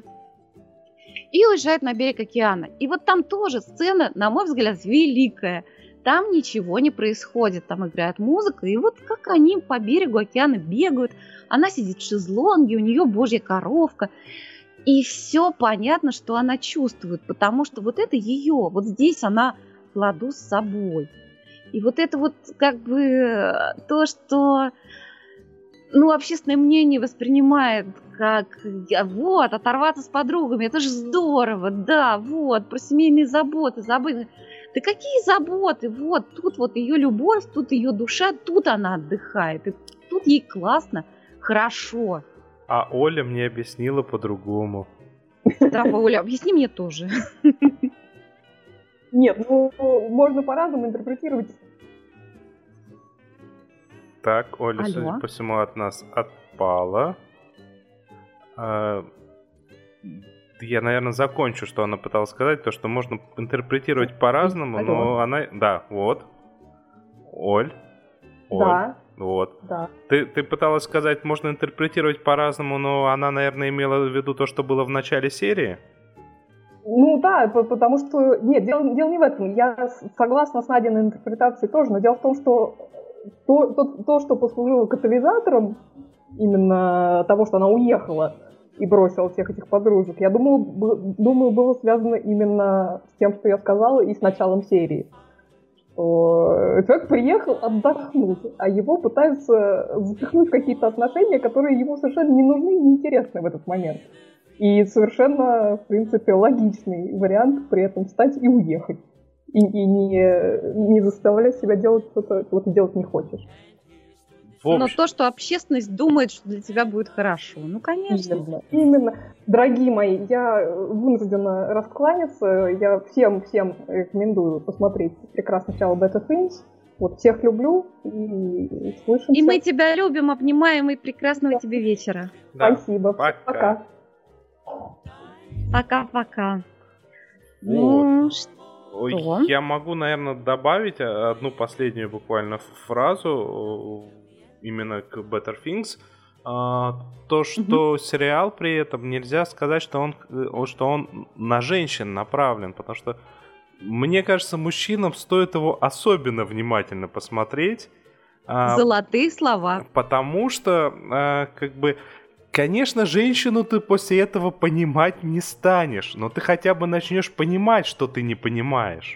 И уезжает на берег океана. И вот там тоже сцена, на мой взгляд, великая. Там ничего не происходит, там играет музыка, и вот как они по берегу океана бегают, она сидит в шезлонге, у нее божья коровка, и все понятно, что она чувствует, потому что вот это ее, вот здесь она в ладу с собой. И вот это вот как бы то, что общественное мнение воспринимает как вот, оторваться с подругами, это же здорово, да, вот, про семейные заботы, забыть. Да какие заботы? Вот, тут вот ее любовь, тут ее душа, тут она отдыхает. И тут ей классно, хорошо. А Оля мне объяснила по-другому. Да, Оля, объясни мне тоже. Нет, можно по-разному интерпретировать. Так, Оля, Алло. судя по всему, от нас отпала. Я, наверное, закончу, что она пыталась сказать, то, что можно интерпретировать по-разному, но она... Да, вот. Оль. Да. Вот. Да. Ты пыталась сказать, можно интерпретировать по-разному, но она, наверное, имела в виду то, что было в начале серии? Ну да, потому что... Нет, дело не в этом. Я согласна с Надиной интерпретацией тоже, но дело в том, что то, что послужило катализатором именно того, что она уехала и бросила всех этих подружек, я думаю, было связано именно с тем, что я сказала, и с началом серии. Что человек приехал отдохнуть, а его пытаются запихнуть в какие-то отношения, которые ему совершенно не нужны и неинтересны в этот момент. И совершенно, в принципе, логичный вариант при этом встать и уехать. И не заставлять себя делать что-то, чего ты делать не хочешь. Но то, что общественность думает, что для тебя будет хорошо. Ну, конечно. Именно. Дорогие мои, я вынуждена раскланяться. Я всем рекомендую посмотреть прекрасный сериал Better Things. Вот, всех люблю и слышимся. И мы тебя любим, обнимаем, и прекрасного тебе вечера. Да. Спасибо. Пока. Пока-пока. Вот. Ну, что? Я могу, наверное, добавить одну последнюю буквально фразу именно к Better Things. То, что сериал при этом нельзя сказать, что он на женщин направлен, потому что, мне кажется, мужчинам стоит его особенно внимательно посмотреть. Золотые слова. Потому что, конечно, женщину ты после этого понимать не станешь, но ты хотя бы начнешь понимать, что ты не понимаешь.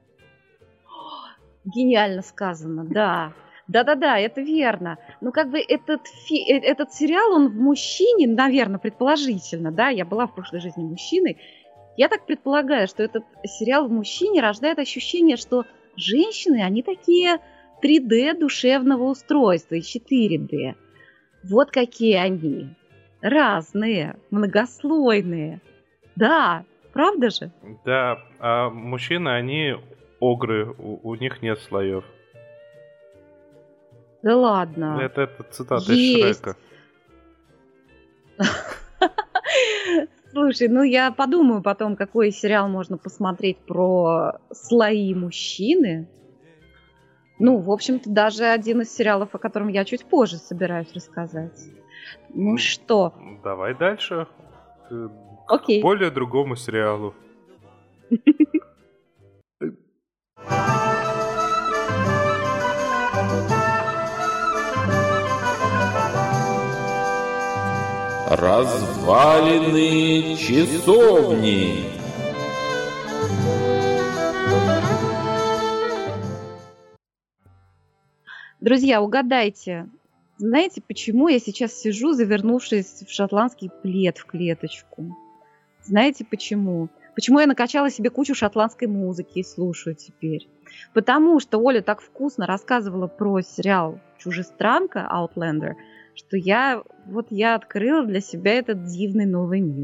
Гениально сказано, да. Да-да-да, это верно. Но этот сериал, он в мужчине, наверное, предположительно, да, я была в прошлой жизни мужчиной, я так предполагаю, что этот сериал в мужчине рождает ощущение, что женщины, они такие 3D душевного устройства и 4D. Вот какие они. Разные, многослойные. Да, правда же? Да, а мужчины, они огры, у них нет слоев. Да ладно. Это цитата Есть. из Шрека. Слушай, ну я подумаю потом, какой сериал можно посмотреть про слои мужчины. Ну, в общем-то, даже один из сериалов, о котором я чуть позже собираюсь рассказать. Ну что? Давай дальше. Окей. К более другому сериалу. Развалины часовни. Друзья, угадайте, знаете, почему я сейчас сижу, завернувшись в шотландский плед в клеточку? Знаете почему? Почему я накачала себе кучу шотландской музыки и слушаю теперь? Потому что Оля так вкусно рассказывала про сериал «Чужестранка» Outlander, что я открыла для себя этот дивный новый мир.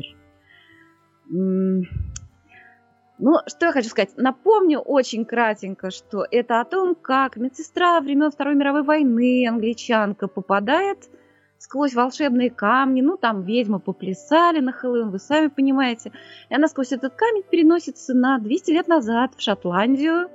Ну, что я хочу сказать? Напомню очень кратенько, что это о том, как медсестра времен Второй мировой войны, англичанка, попадает сквозь волшебные камни. Ну, там ведьмы поплясали на Хэллоуин, вы сами понимаете. И она сквозь этот камень переносится на 200 лет назад в Шотландию.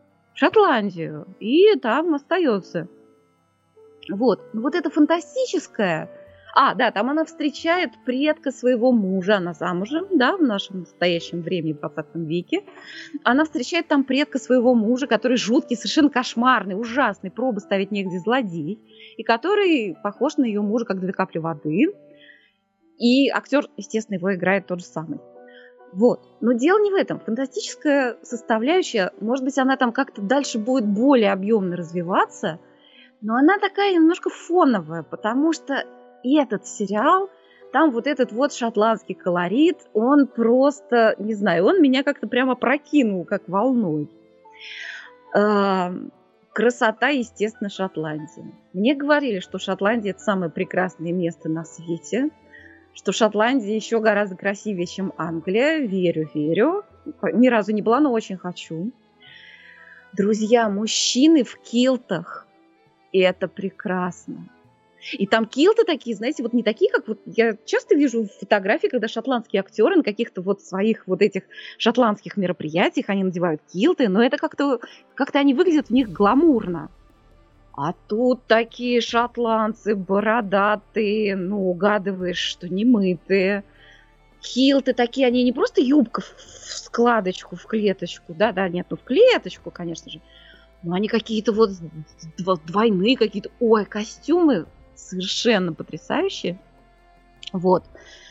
И там остается. Вот. Вот это фантастическое. Там она встречает предка своего мужа, она замужем, да, в нашем настоящем времени, в 20 веке. Она встречает там предка своего мужа, который жуткий, совершенно кошмарный, ужасный, пробы ставить негде злодей, и который похож на ее мужа, как 2 капли воды. И актер, естественно, его играет тот же самый. Вот. Но дело не в этом. Фантастическая составляющая, может быть, она там как-то дальше будет более объемно развиваться, но она такая немножко фоновая, потому что и этот сериал, там вот этот вот шотландский колорит, он просто, не знаю, он меня как-то прямо прокинул, как волной. Красота, естественно, Шотландии. Мне говорили, что Шотландия – это самое прекрасное место на свете, что Шотландия еще гораздо красивее, чем Англия. Верю. Ни разу не была, но очень хочу. Друзья, мужчины в килтах – это прекрасно. И там килты такие, знаете, вот не такие, как вот я часто вижу фотографии, когда шотландские актеры на каких-то вот своих вот этих шотландских мероприятиях, они надевают килты, но это как-то они выглядят в них гламурно. А тут такие шотландцы бородатые, ну, угадываешь, что не мытые. Килты такие, они не просто юбка в складочку, в клеточку, нет, в клеточку, конечно же, но они какие-то вот двойные какие-то, костюмы совершенно потрясающие. Вот.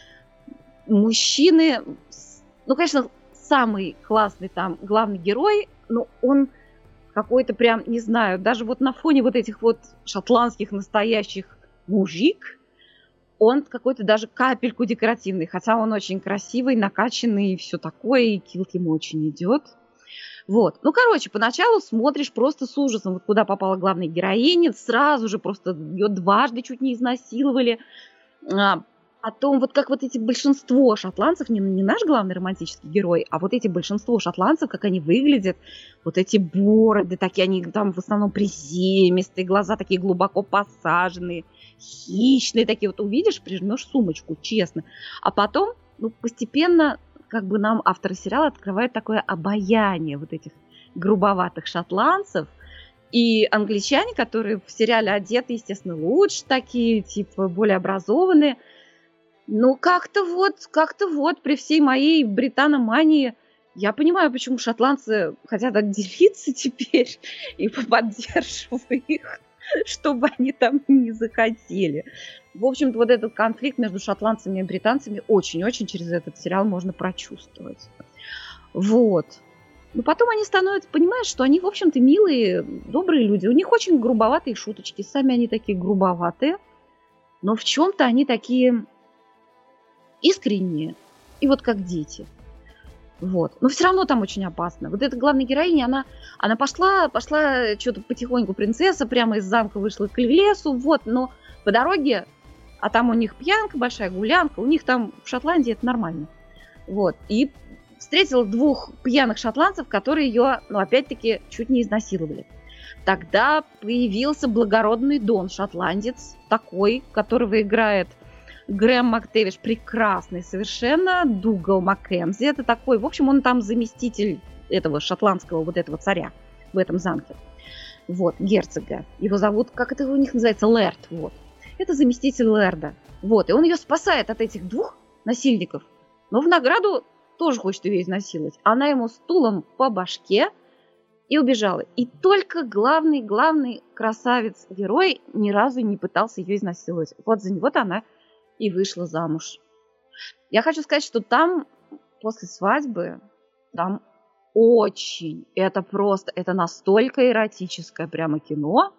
Мужчины, ну, конечно, самый классный там главный герой, но он какой-то прям, не знаю, даже вот на фоне вот этих вот шотландских настоящих мужик, он какой-то даже капельку декоративный, хотя он очень красивый, накачанный и все такое, и килт ему очень идет. Вот. Ну, короче, поначалу смотришь просто с ужасом, вот куда попала главная героиня, сразу же просто ее дважды чуть не изнасиловали. Потом вот как вот эти большинство шотландцев, не наш главный романтический герой, а вот эти большинство шотландцев, как они выглядят, вот эти бороды такие, они там в основном приземистые, глаза такие глубоко посаженные, хищные такие, вот увидишь, прижмешь сумочку, честно. А потом, ну, постепенно как бы нам авторы сериала открывают такое обаяние вот этих грубоватых шотландцев. И англичане, которые в сериале одеты, естественно, лучше такие, типа, более образованные. Ну, как-то вот при всей моей британомании я понимаю, почему шотландцы хотят отделиться теперь и поддерживаю их, чтобы они там не захотели. В общем-то, вот этот конфликт между шотландцами и британцами очень-очень через этот сериал можно прочувствовать. Вот. Но потом они становятся, понимаешь, что они, в общем-то, милые, добрые люди. У них очень грубоватые шуточки. Сами они такие грубоватые. Но в чем-то они такие искренние. И вот как дети. Вот. Но все равно там очень опасно. Вот эта главная героиня, она пошла что-то потихоньку, принцесса прямо из замка вышла к лесу. Вот. Но по дороге, а там у них пьянка, большая гулянка. У них там в Шотландии это нормально. Вот. И встретила 2 пьяных шотландцев, которые ее, опять-таки, чуть не изнасиловали. Тогда появился благородный Дон, шотландец, такой, которого играет Грэм МакТэвиш, прекрасный совершенно, Дугал Маккензи, это такой, в общем, он там заместитель этого шотландского вот этого царя в этом замке. Вот, герцога. Его зовут, как это у них называется, Лэрд, вот. Это заместитель Лэрда. Вот, и он ее спасает от этих 2 насильников, но в награду тоже хочет ее изнасиловать. Она ему стулом по башке и убежала. И только главный красавец-герой ни разу не пытался ее изнасиловать. Вот за него-то она и вышла замуж. Я хочу сказать, что там после свадьбы, там очень, это настолько эротическое прямо кино.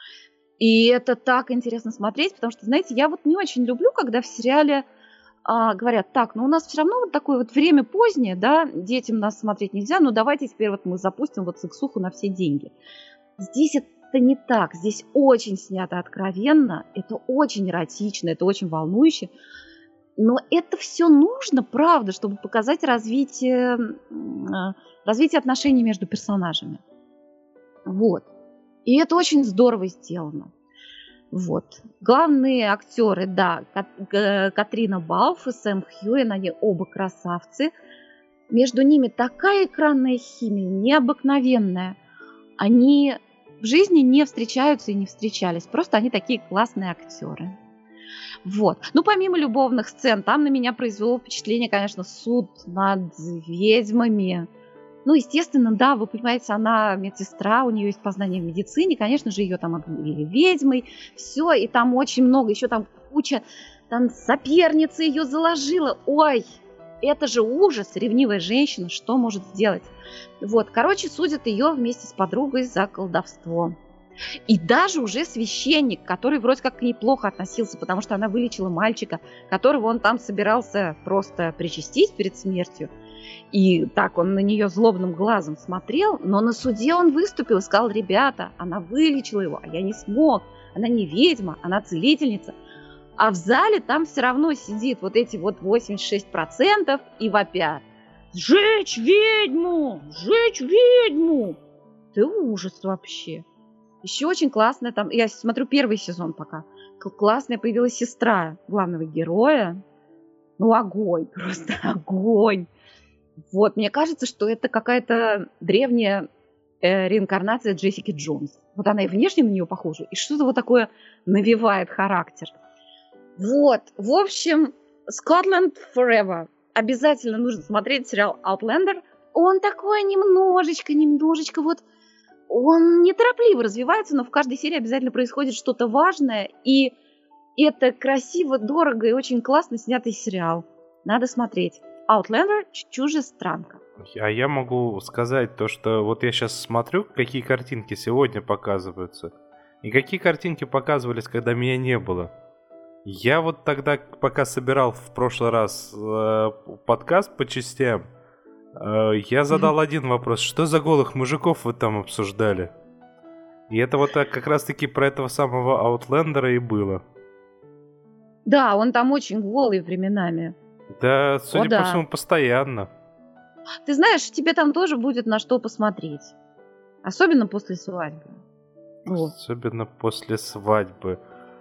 И это так интересно смотреть, потому что, знаете, я вот не очень люблю, когда в сериале говорят, так, у нас все равно вот такое вот время позднее, да, детям нас смотреть нельзя, давайте теперь вот мы запустим вот сексуху на все деньги. Здесь это не так, здесь очень снято откровенно, это очень эротично, это очень волнующе, но это все нужно, правда, чтобы показать развитие отношений между персонажами. Вот. И это очень здорово сделано. Вот. Главные актеры, да, Катрина Балф и Сэм Хьюин, они оба красавцы. Между ними такая экранная химия, необыкновенная. Они в жизни не встречаются и не встречались. Просто они такие классные актеры. Вот. Помимо любовных сцен, там на меня произвело впечатление, конечно, суд над ведьмами. Естественно, да, вы понимаете, она медсестра, у нее есть познание в медицине, конечно же, ее там объявили ведьмой, все, и там очень много, еще там куча, там соперница ее заложила, ой, это же ужас, ревнивая женщина, что может сделать? Вот, короче, судят ее вместе с подругой за колдовство. И даже уже священник, который вроде как к ней плохо относился, потому что она вылечила мальчика, которого он там собирался просто причастить перед смертью, и так он на нее злобным глазом смотрел, но на суде он выступил и сказал, ребята, она вылечила его, а я не смог, она не ведьма, она целительница. А в зале там все равно сидит вот эти вот 86% и вопят, сжечь ведьму, сжечь ведьму. Ты ужас вообще. Еще очень классная там, я смотрю 1 сезон пока, классная появилась сестра главного героя. Огонь, просто огонь. Вот, мне кажется, что это какая-то древняя реинкарнация Джессики Джонс. Вот она и внешне на нее похожа, и что-то вот такое навевает характер. Вот, в общем, Scotland Forever. Обязательно нужно смотреть сериал Outlander. Он такой немножечко вот... Он неторопливо развивается, но в каждой серии обязательно происходит что-то важное. И это красиво, дорого и очень классно снятый сериал. Надо смотреть. Outlander чужестранка. А я могу сказать то, что вот я сейчас смотрю, какие картинки сегодня показываются, и какие картинки показывались, когда меня не было. Я вот тогда, пока собирал в прошлый раз подкаст по частям, я задал один вопрос. Что за голых мужиков вы там обсуждали? И это вот так как раз-таки про этого самого Аутлендера и было. Да, он там очень голый временами. Да, судя по всему, постоянно. Ты знаешь, тебе там тоже будет на что посмотреть. Особенно после свадьбы. Особенно после свадьбы.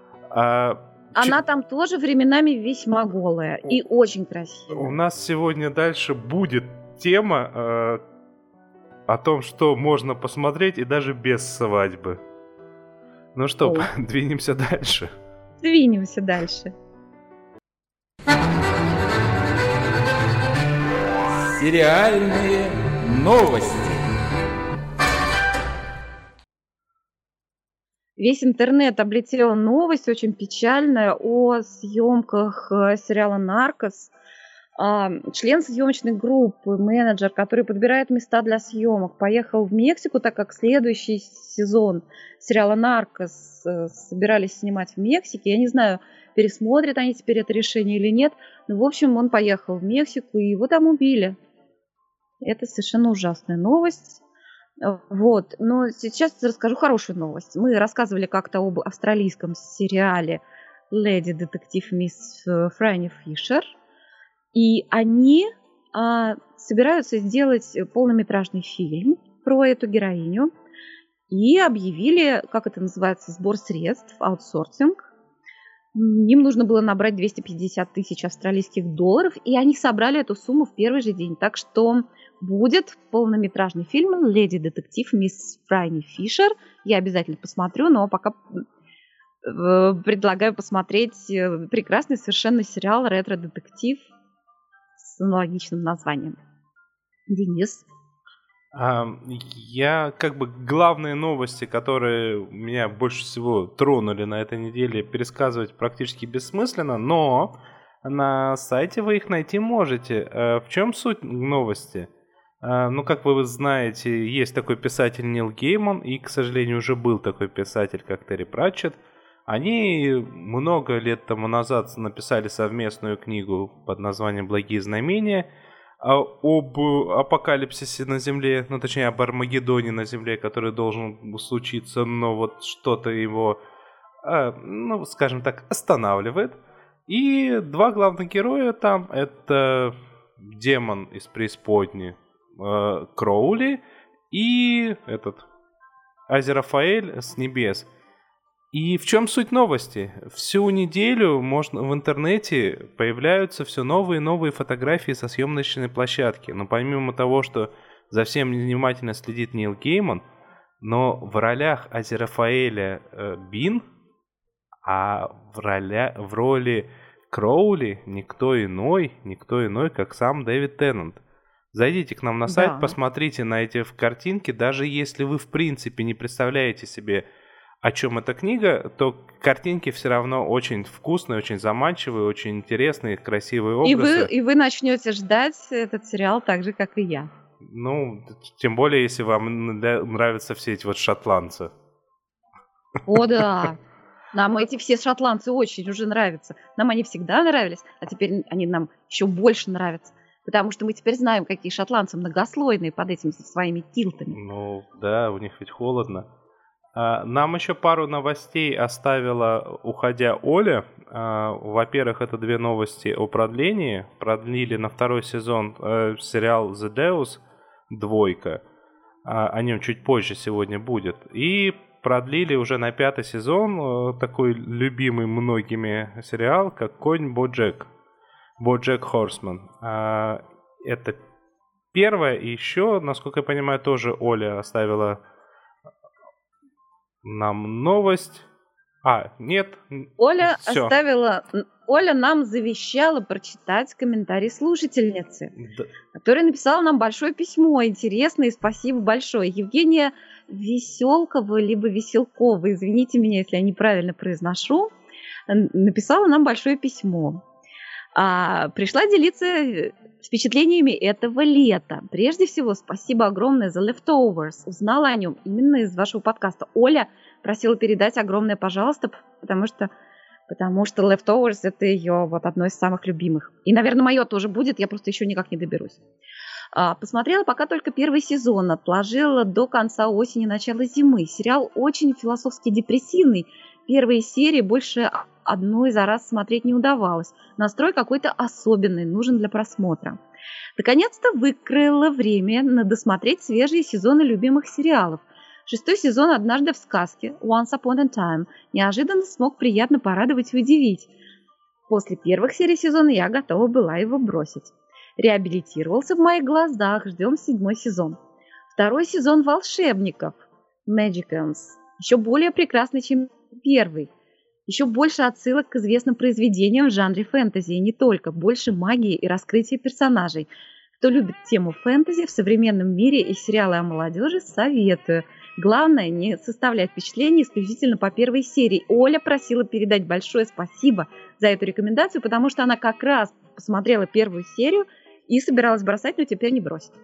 Она там тоже временами весьма голая и очень красивая. У нас сегодня дальше будет тема о том, что можно посмотреть и даже без свадьбы. Ну что, двинемся дальше. Двинемся дальше. Сериальные новости. Весь интернет облетела новость очень печальная о съемках сериала «Наркос». Член съемочной группы, менеджер, который подбирает места для съемок, поехал в Мексику, так как следующий сезон сериала «Наркос» собирались снимать в Мексике. Я не знаю, пересмотрят они теперь это решение или нет, но, в общем, он поехал в Мексику, и его там убили. Это совершенно ужасная новость. Вот. Но сейчас расскажу хорошую новость. Мы рассказывали как-то об австралийском сериале «Леди Детектив Мисс Фрэнни Фишер». И они собираются сделать полнометражный фильм про эту героиню и объявили, как это называется, сбор средств, аутсорсинг. Им нужно было набрать 250 тысяч австралийских долларов, и они собрали эту сумму в первый же день. Так что будет полнометражный фильм «Леди-детектив мисс Фрайни Фишер». Я обязательно посмотрю, но пока предлагаю посмотреть прекрасный совершенно сериал «Ретро-детектив» с аналогичным названием. Денис? Я главные новости, которые меня больше всего тронули на этой неделе, пересказывать практически бессмысленно, но на сайте вы их найти можете. В чем суть новости? Как вы знаете, есть такой писатель Нил Гейман, и, к сожалению, уже был такой писатель, как Терри Пратчетт. Они много лет тому назад написали совместную книгу под названием «Благие знамения», об апокалипсисе на Земле, точнее об Армагеддоне на Земле, который должен случиться, но вот что-то его, скажем так, останавливает. И два главных героя там — это демон из преисподней Кроули и Азерафаэль с небес. И в чем суть новости? Всю неделю в интернете появляются все новые и новые фотографии со съемочной площадки. Но помимо того, что за всем внимательно следит Нил Гейман, но в ролях Азерафаэля Бин, а в роли Кроули никто иной, как сам Дэвид Теннант. Зайдите к нам на сайт, посмотрите на эти картинки. Даже если вы в принципе не представляете себе, о чем эта книга, то картинки все равно очень вкусные, очень заманчивые, очень интересные, красивые образы. И вы начнете ждать этот сериал так же, как и я. Тем более, если вам нравятся все эти шотландцы. О, да. Нам эти все шотландцы очень уже нравятся. Нам они всегда нравились, а теперь они нам еще больше нравятся. Потому что мы теперь знаем, какие шотландцы многослойные под этими своими килтами. У них ведь холодно. Нам еще пару новостей оставила, уходя, Оля. Во-первых, это 2 новости о продлении. Продлили на 2-й сезон сериал The Deus 2. О нем чуть позже сегодня будет. И продлили уже на 5-й сезон такой любимый многими сериал, как «Конь Боджек». Боджек Хорсман. Это первое. И еще, насколько я понимаю, тоже Оля оставила нам новость. Нет. Оля всё. Оля нам завещала прочитать комментарий слушательницы, которая написала нам большое письмо интересное, и спасибо большое. Евгения Веселкова, либо Веселкова, извините меня, если я неправильно произношу, написала нам большое письмо. Пришла делиться впечатлениями этого лета. Прежде всего, спасибо огромное за Leftovers. Узнала о нем именно из вашего подкаста. Оля просила передать огромное пожалуйста, потому что Leftovers — это ее одно из самых любимых. И, наверное, мое тоже будет, я просто еще никак не доберусь. Посмотрела пока только 1-й сезон, отложила до конца осени, начала зимы. Сериал очень философски депрессивный. Первые серии больше одной за раз смотреть не удавалось. Настрой какой-то особенный, нужен для просмотра. Наконец-то выкроила время на досмотреть свежие сезоны любимых сериалов. 6-й сезон «Однажды в сказке» Once Upon a Time неожиданно смог приятно порадовать и удивить. После первых серий сезона я готова была его бросить. Реабилитировался в моих глазах, ждем 7-й сезон. 2-й сезон «Волшебников» Magicians еще более прекрасный, чем 1-й. Еще больше отсылок к известным произведениям в жанре фэнтези, и не только, больше магии и раскрытия персонажей. Кто любит тему фэнтези в современном мире и сериалы о молодежи, советую. Главное, не составлять впечатление исключительно по 1-й серии. Оля просила передать большое спасибо за эту рекомендацию, потому что она как раз посмотрела 1-ю серию и собиралась бросать, но теперь не бросит.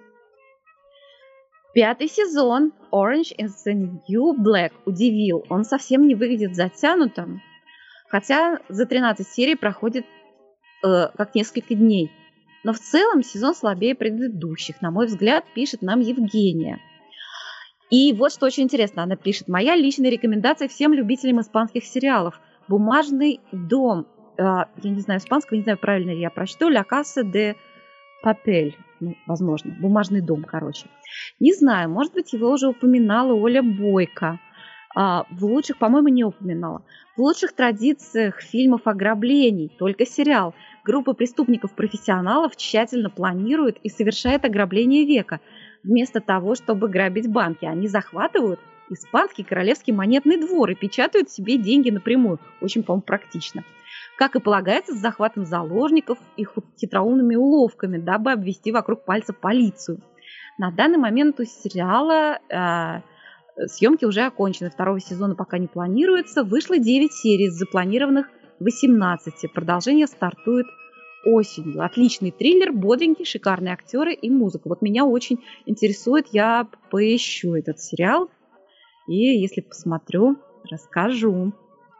5-й сезон Orange is the New Black удивил. Он совсем не выглядит затянутым, хотя за 13 серий проходит как несколько дней. Но в целом сезон слабее предыдущих, на мой взгляд, пишет нам Евгения. И вот что очень интересно, она пишет: моя личная рекомендация всем любителям испанских сериалов. «Бумажный дом». Я не знаю испанского, не знаю, правильно ли я прочту. «La Casa de Папель, ну, возможно, бумажный дом, короче. Не знаю, может быть, его уже упоминала Оля Бойко. В лучших, по-моему, не упоминала. В лучших традициях фильмов ограблений, только сериал. Группа преступников-профессионалов тщательно планирует и совершает ограбление века. Вместо того, чтобы грабить банки, они захватывают испанский королевский монетный двор и печатают себе деньги напрямую. Очень, по-моему, практично. Как и полагается, с захватом заложников и хитроумными уловками, дабы обвести вокруг пальца полицию. На данный момент у сериала съемки уже окончены. Второго сезона пока не планируется. Вышло 9 серий из запланированных 18. Продолжение стартует осенью. Отличный триллер, бодренький, шикарные актеры и музыка. Вот меня очень интересует, я поищу этот сериал. И если посмотрю, расскажу.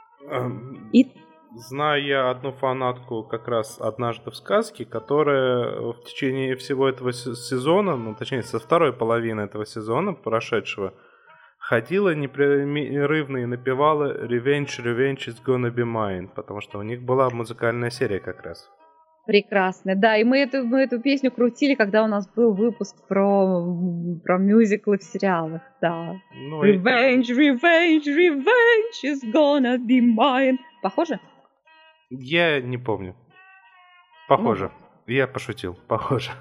Знаю я одну фанатку как раз «Однажды в сказке», которая в течение всего этого сезона, ну точнее со второй половины этого сезона прошедшего, ходила непрерывно и напевала «Revenge, revenge is gonna be mine», потому что у них была музыкальная серия как раз. Прекрасно, да, и мы эту песню крутили, когда у нас был выпуск про мюзиклы в сериалах, да. Ну, revenge, revenge, revenge is gonna be mine. Похоже? Я не помню. Похоже. Я пошутил. Похоже.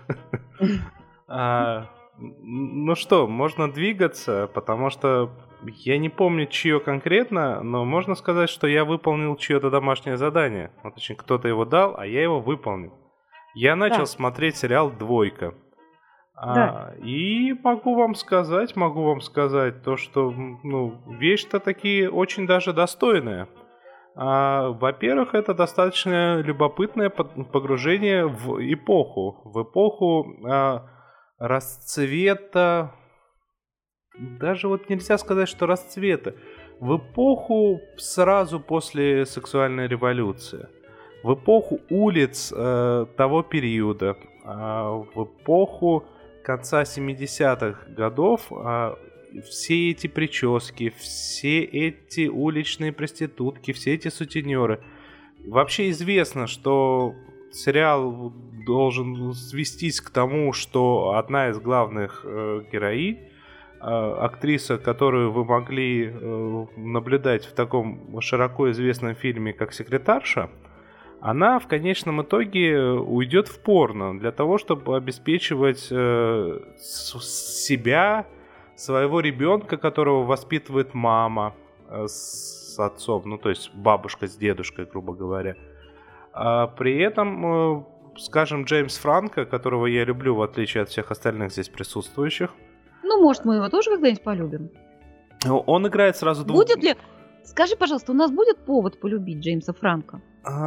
Ну что, можно двигаться, потому что я не помню, чье конкретно, но можно сказать, что я выполнил чье-то домашнее задание. Вот, точнее, кто-то его дал, а я его выполнил. Я начал смотреть сериал «Двойка». И могу вам сказать то, что вещь-то такие очень даже достойная. Во-первых, это достаточно любопытное погружение в эпоху расцвета, даже вот нельзя сказать, что расцвета, в эпоху сразу после сексуальной революции, в эпоху улиц того периода, в эпоху конца 70-х годов. Все эти прически, все эти уличные проститутки, все эти сутенеры. Вообще известно, что сериал должен свестись к тому, что одна из главных героинь, актриса, которую вы могли наблюдать в таком широко известном фильме, как «Секретарша», она в конечном итоге уйдет в порно для того, чтобы обеспечивать себя, своего ребенка, которого воспитывает мама с отцом, ну то есть бабушка с дедушкой, грубо говоря. При этом, скажем, Джеймс Франко, которого я люблю, в отличие от всех остальных здесь присутствующих. Ну, может, мы его тоже когда-нибудь полюбим? Он играет сразу двух... Будет ли... Скажи, пожалуйста, у нас будет повод полюбить Джеймса Франко?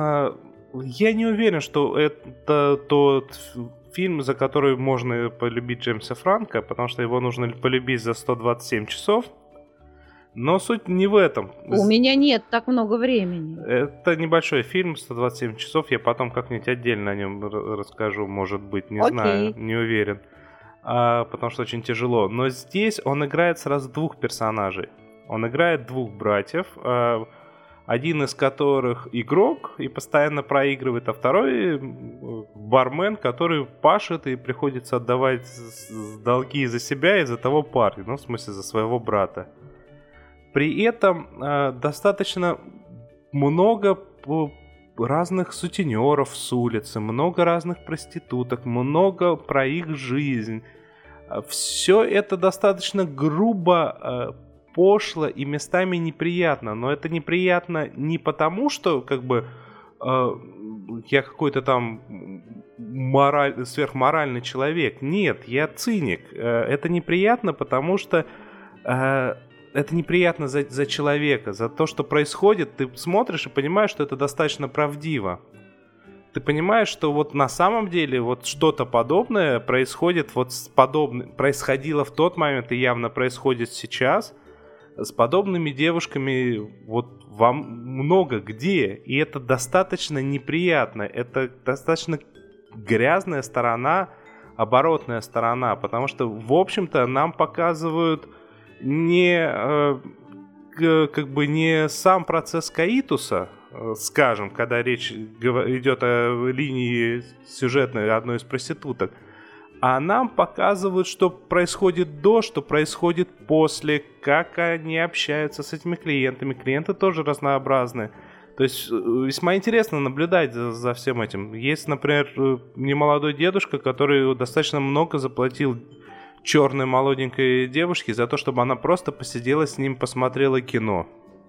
Я не уверен, что это тот фильм, за который можно полюбить Джеймса Франко, потому что его нужно полюбить за 127 часов. Но суть не в этом. У меня нет так много времени. Это небольшой фильм, 127 часов. Я потом как-нибудь отдельно о нем расскажу, может быть, не знаю, не уверен. Потому что очень тяжело. Но здесь он играет сразу двух персонажей. Он играет двух братьев, один из которых игрок и постоянно проигрывает, а второй бармен, который пашет и приходится отдавать долги за себя и за того парня, ну, в смысле, за своего брата. При этом достаточно много разных сутенеров с улицы, много разных проституток, много про их жизнь. Все это достаточно грубо, пошло и местами неприятно. Но это неприятно не потому, что как бы я какой-то там сверхморальный человек. Нет, я циник. Это неприятно, потому что это неприятно за человека, за то, что происходит. Ты смотришь и понимаешь, что это достаточно правдиво. Ты понимаешь, что вот на самом деле вот что-то подобное происходит, происходило в тот момент и явно происходит сейчас. С подобными девушками вот вам много где. И это достаточно неприятно. Это достаточно грязная сторона, оборотная сторона. Потому что, в общем-то, нам показывают не сам процесс каитуса, скажем, когда речь идет о линии сюжетной одной из проституток. А нам показывают, что происходит до, что происходит после, как они общаются с этими клиентами. Клиенты тоже разнообразны. То есть весьма интересно наблюдать за всем этим. Есть, например, немолодой дедушка, который достаточно много заплатил черной молоденькой девушке за то, чтобы она просто посидела с ним, посмотрела кино.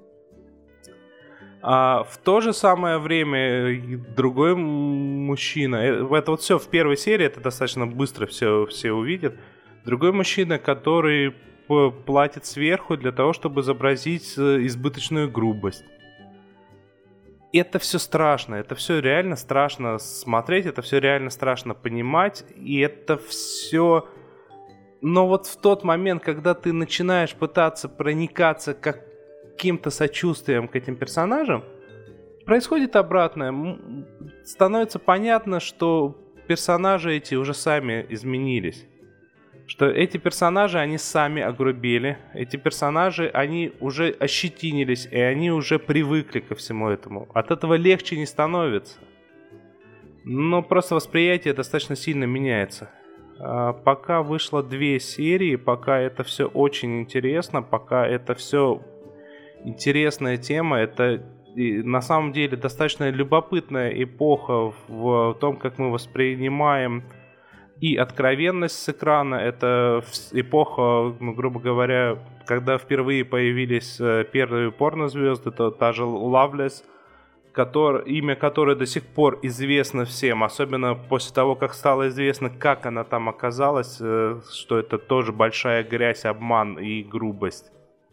А в то же самое время другой мужчина, это вот все в первой серии, это достаточно быстро все увидят, другой мужчина, который платит сверху для того, чтобы изобразить избыточную грубость. Это все страшно, это все реально страшно смотреть, это все реально страшно понимать, и это все... Но вот в тот момент, когда ты начинаешь пытаться проникаться каким-то сочувствием к этим персонажам, происходит обратное. Становится понятно, что персонажи эти уже сами изменились. Что эти персонажи, они сами огрубели. Эти персонажи, они уже ощетинились, и они уже привыкли ко всему этому. От этого легче не становится. Но просто восприятие достаточно сильно меняется. Пока вышло 2 серии, пока это все очень интересно, пока это все интересная тема, это на самом деле достаточно любопытная эпоха в том, как мы воспринимаем и откровенность с экрана. Это эпоха, грубо говоря, когда впервые появились первые порнозвезды, то та же Loveless, имя которой до сих пор известно всем, особенно после того, как стало известно, как она там оказалась, что это тоже большая грязь, обман и грубость.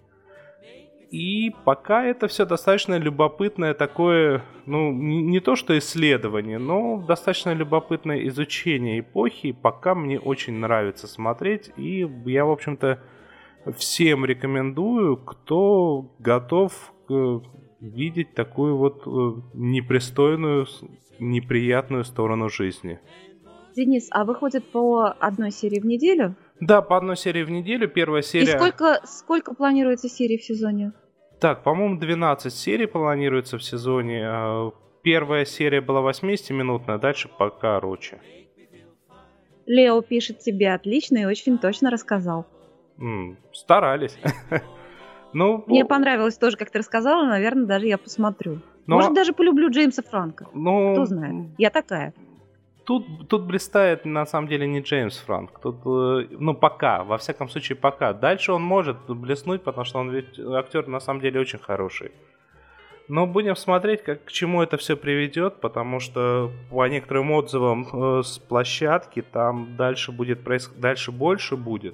И пока это все достаточно любопытное такое, ну, не то что исследование, но достаточно любопытное изучение эпохи. И пока мне очень нравится смотреть. И я, в общем-то, всем рекомендую, кто готов видеть такую вот непристойную, неприятную сторону жизни. Денис, а выходит по одной серии в неделю? Да, по одной серии в неделю. Первая серия... И сколько планируется серий в сезоне? Так, по-моему, 12 серий планируется в сезоне. Первая серия была 80-минутная, дальше покороче. Лео пишет тебе отлично и очень точно рассказал. Старались. Мне понравилось тоже, как ты рассказала, наверное, даже я посмотрю. Может, даже полюблю Джеймса Франка. Кто знает. Я такая. Тут блистает, на самом деле, не Джеймс Франк. Тут, пока, во всяком случае, пока. Дальше он может блеснуть, потому что он ведь актер, на самом деле, очень хороший. Но будем смотреть, к чему это все приведет, потому что по некоторым отзывам с площадки там дальше больше будет.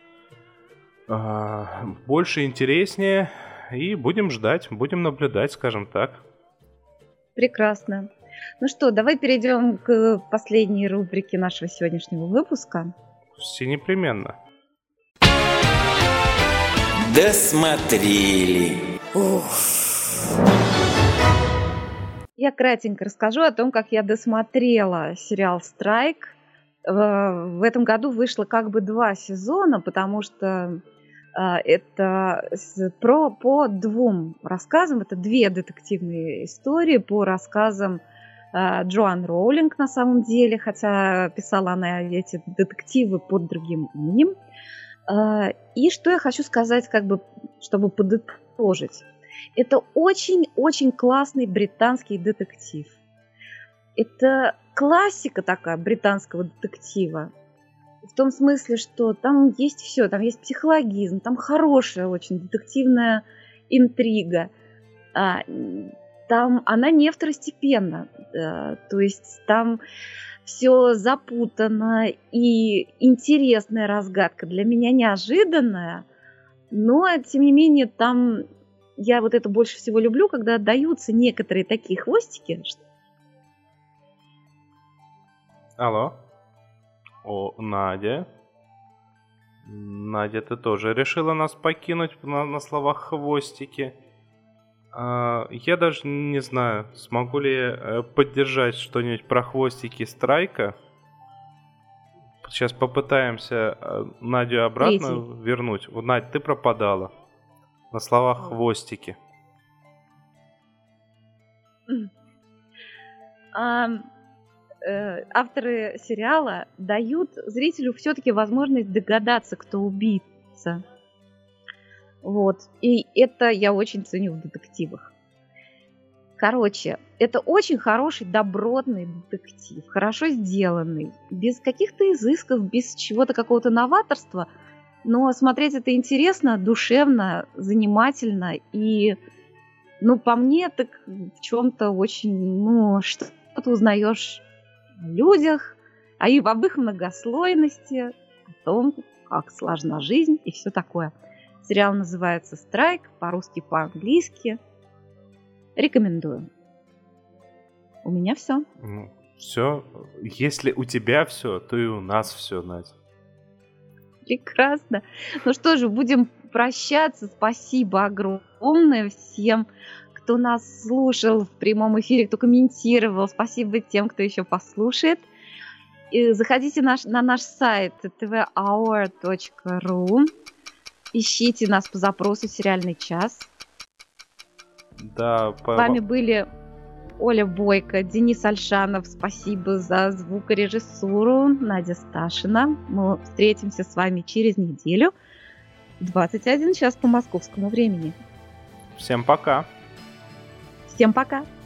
Больше интереснее. И будем ждать, будем наблюдать, скажем так. Прекрасно. Ну что, давай перейдем к последней рубрике нашего сегодняшнего выпуска. Все непременно. Досмотрели. Я кратенько расскажу о том, как я досмотрела сериал «Страйк». В этом году вышло как бы 2 сезона, потому что это по 2 рассказам, это 2 детективные истории по рассказам Джоан Роулинг на самом деле, хотя писала она эти детективы под другим именем. И что я хочу сказать, как бы, чтобы подытожить. Это очень-очень классный британский детектив. Это классика такая британского детектива. В том смысле, что там есть все, там есть психологизм, там хорошая очень детективная интрига. Там она не второстепенна, то есть там все запутано и интересная разгадка, для меня неожиданная, но тем не менее там я вот это больше всего люблю, когда отдаются некоторые такие хвостики. Алло. Надя. Надя, ты тоже решила нас покинуть на словах хвостики? Я даже не знаю, смогу ли я поддержать что-нибудь про хвостики Страйка. Сейчас попытаемся Надю обратно вернуть. Надь, ты пропадала. На словах хвостики. авторы сериала дают зрителю все-таки возможность догадаться, кто убийца. Вот. И это я очень ценю в детективах. Короче, это очень хороший, добротный детектив, хорошо сделанный, без каких-то изысков, без чего-то, какого-то новаторства, но смотреть это интересно, душевно, занимательно и, по мне, так в чем-то очень, что-то узнаешь о людях, об их многослойности, о том, как сложна жизнь и все такое. Сериал называется «Страйк», по-русски, по-английски. Рекомендую. У меня все. Все. Если у тебя все, то и у нас все, Надя. Прекрасно. Ну что же, будем прощаться. Спасибо огромное всем, кто нас слушал в прямом эфире, кто комментировал. Спасибо тем, кто еще послушает. И заходите на наш сайт tvhour.ru. Ищите нас по запросу «Сериальный час». Да, С вами были Оля Бойко, Денис Альшанов. Спасибо за звукорежиссуру. Надя Сташина. Мы встретимся с вами через неделю в 21 час по московскому времени. Всем пока. Всем пока.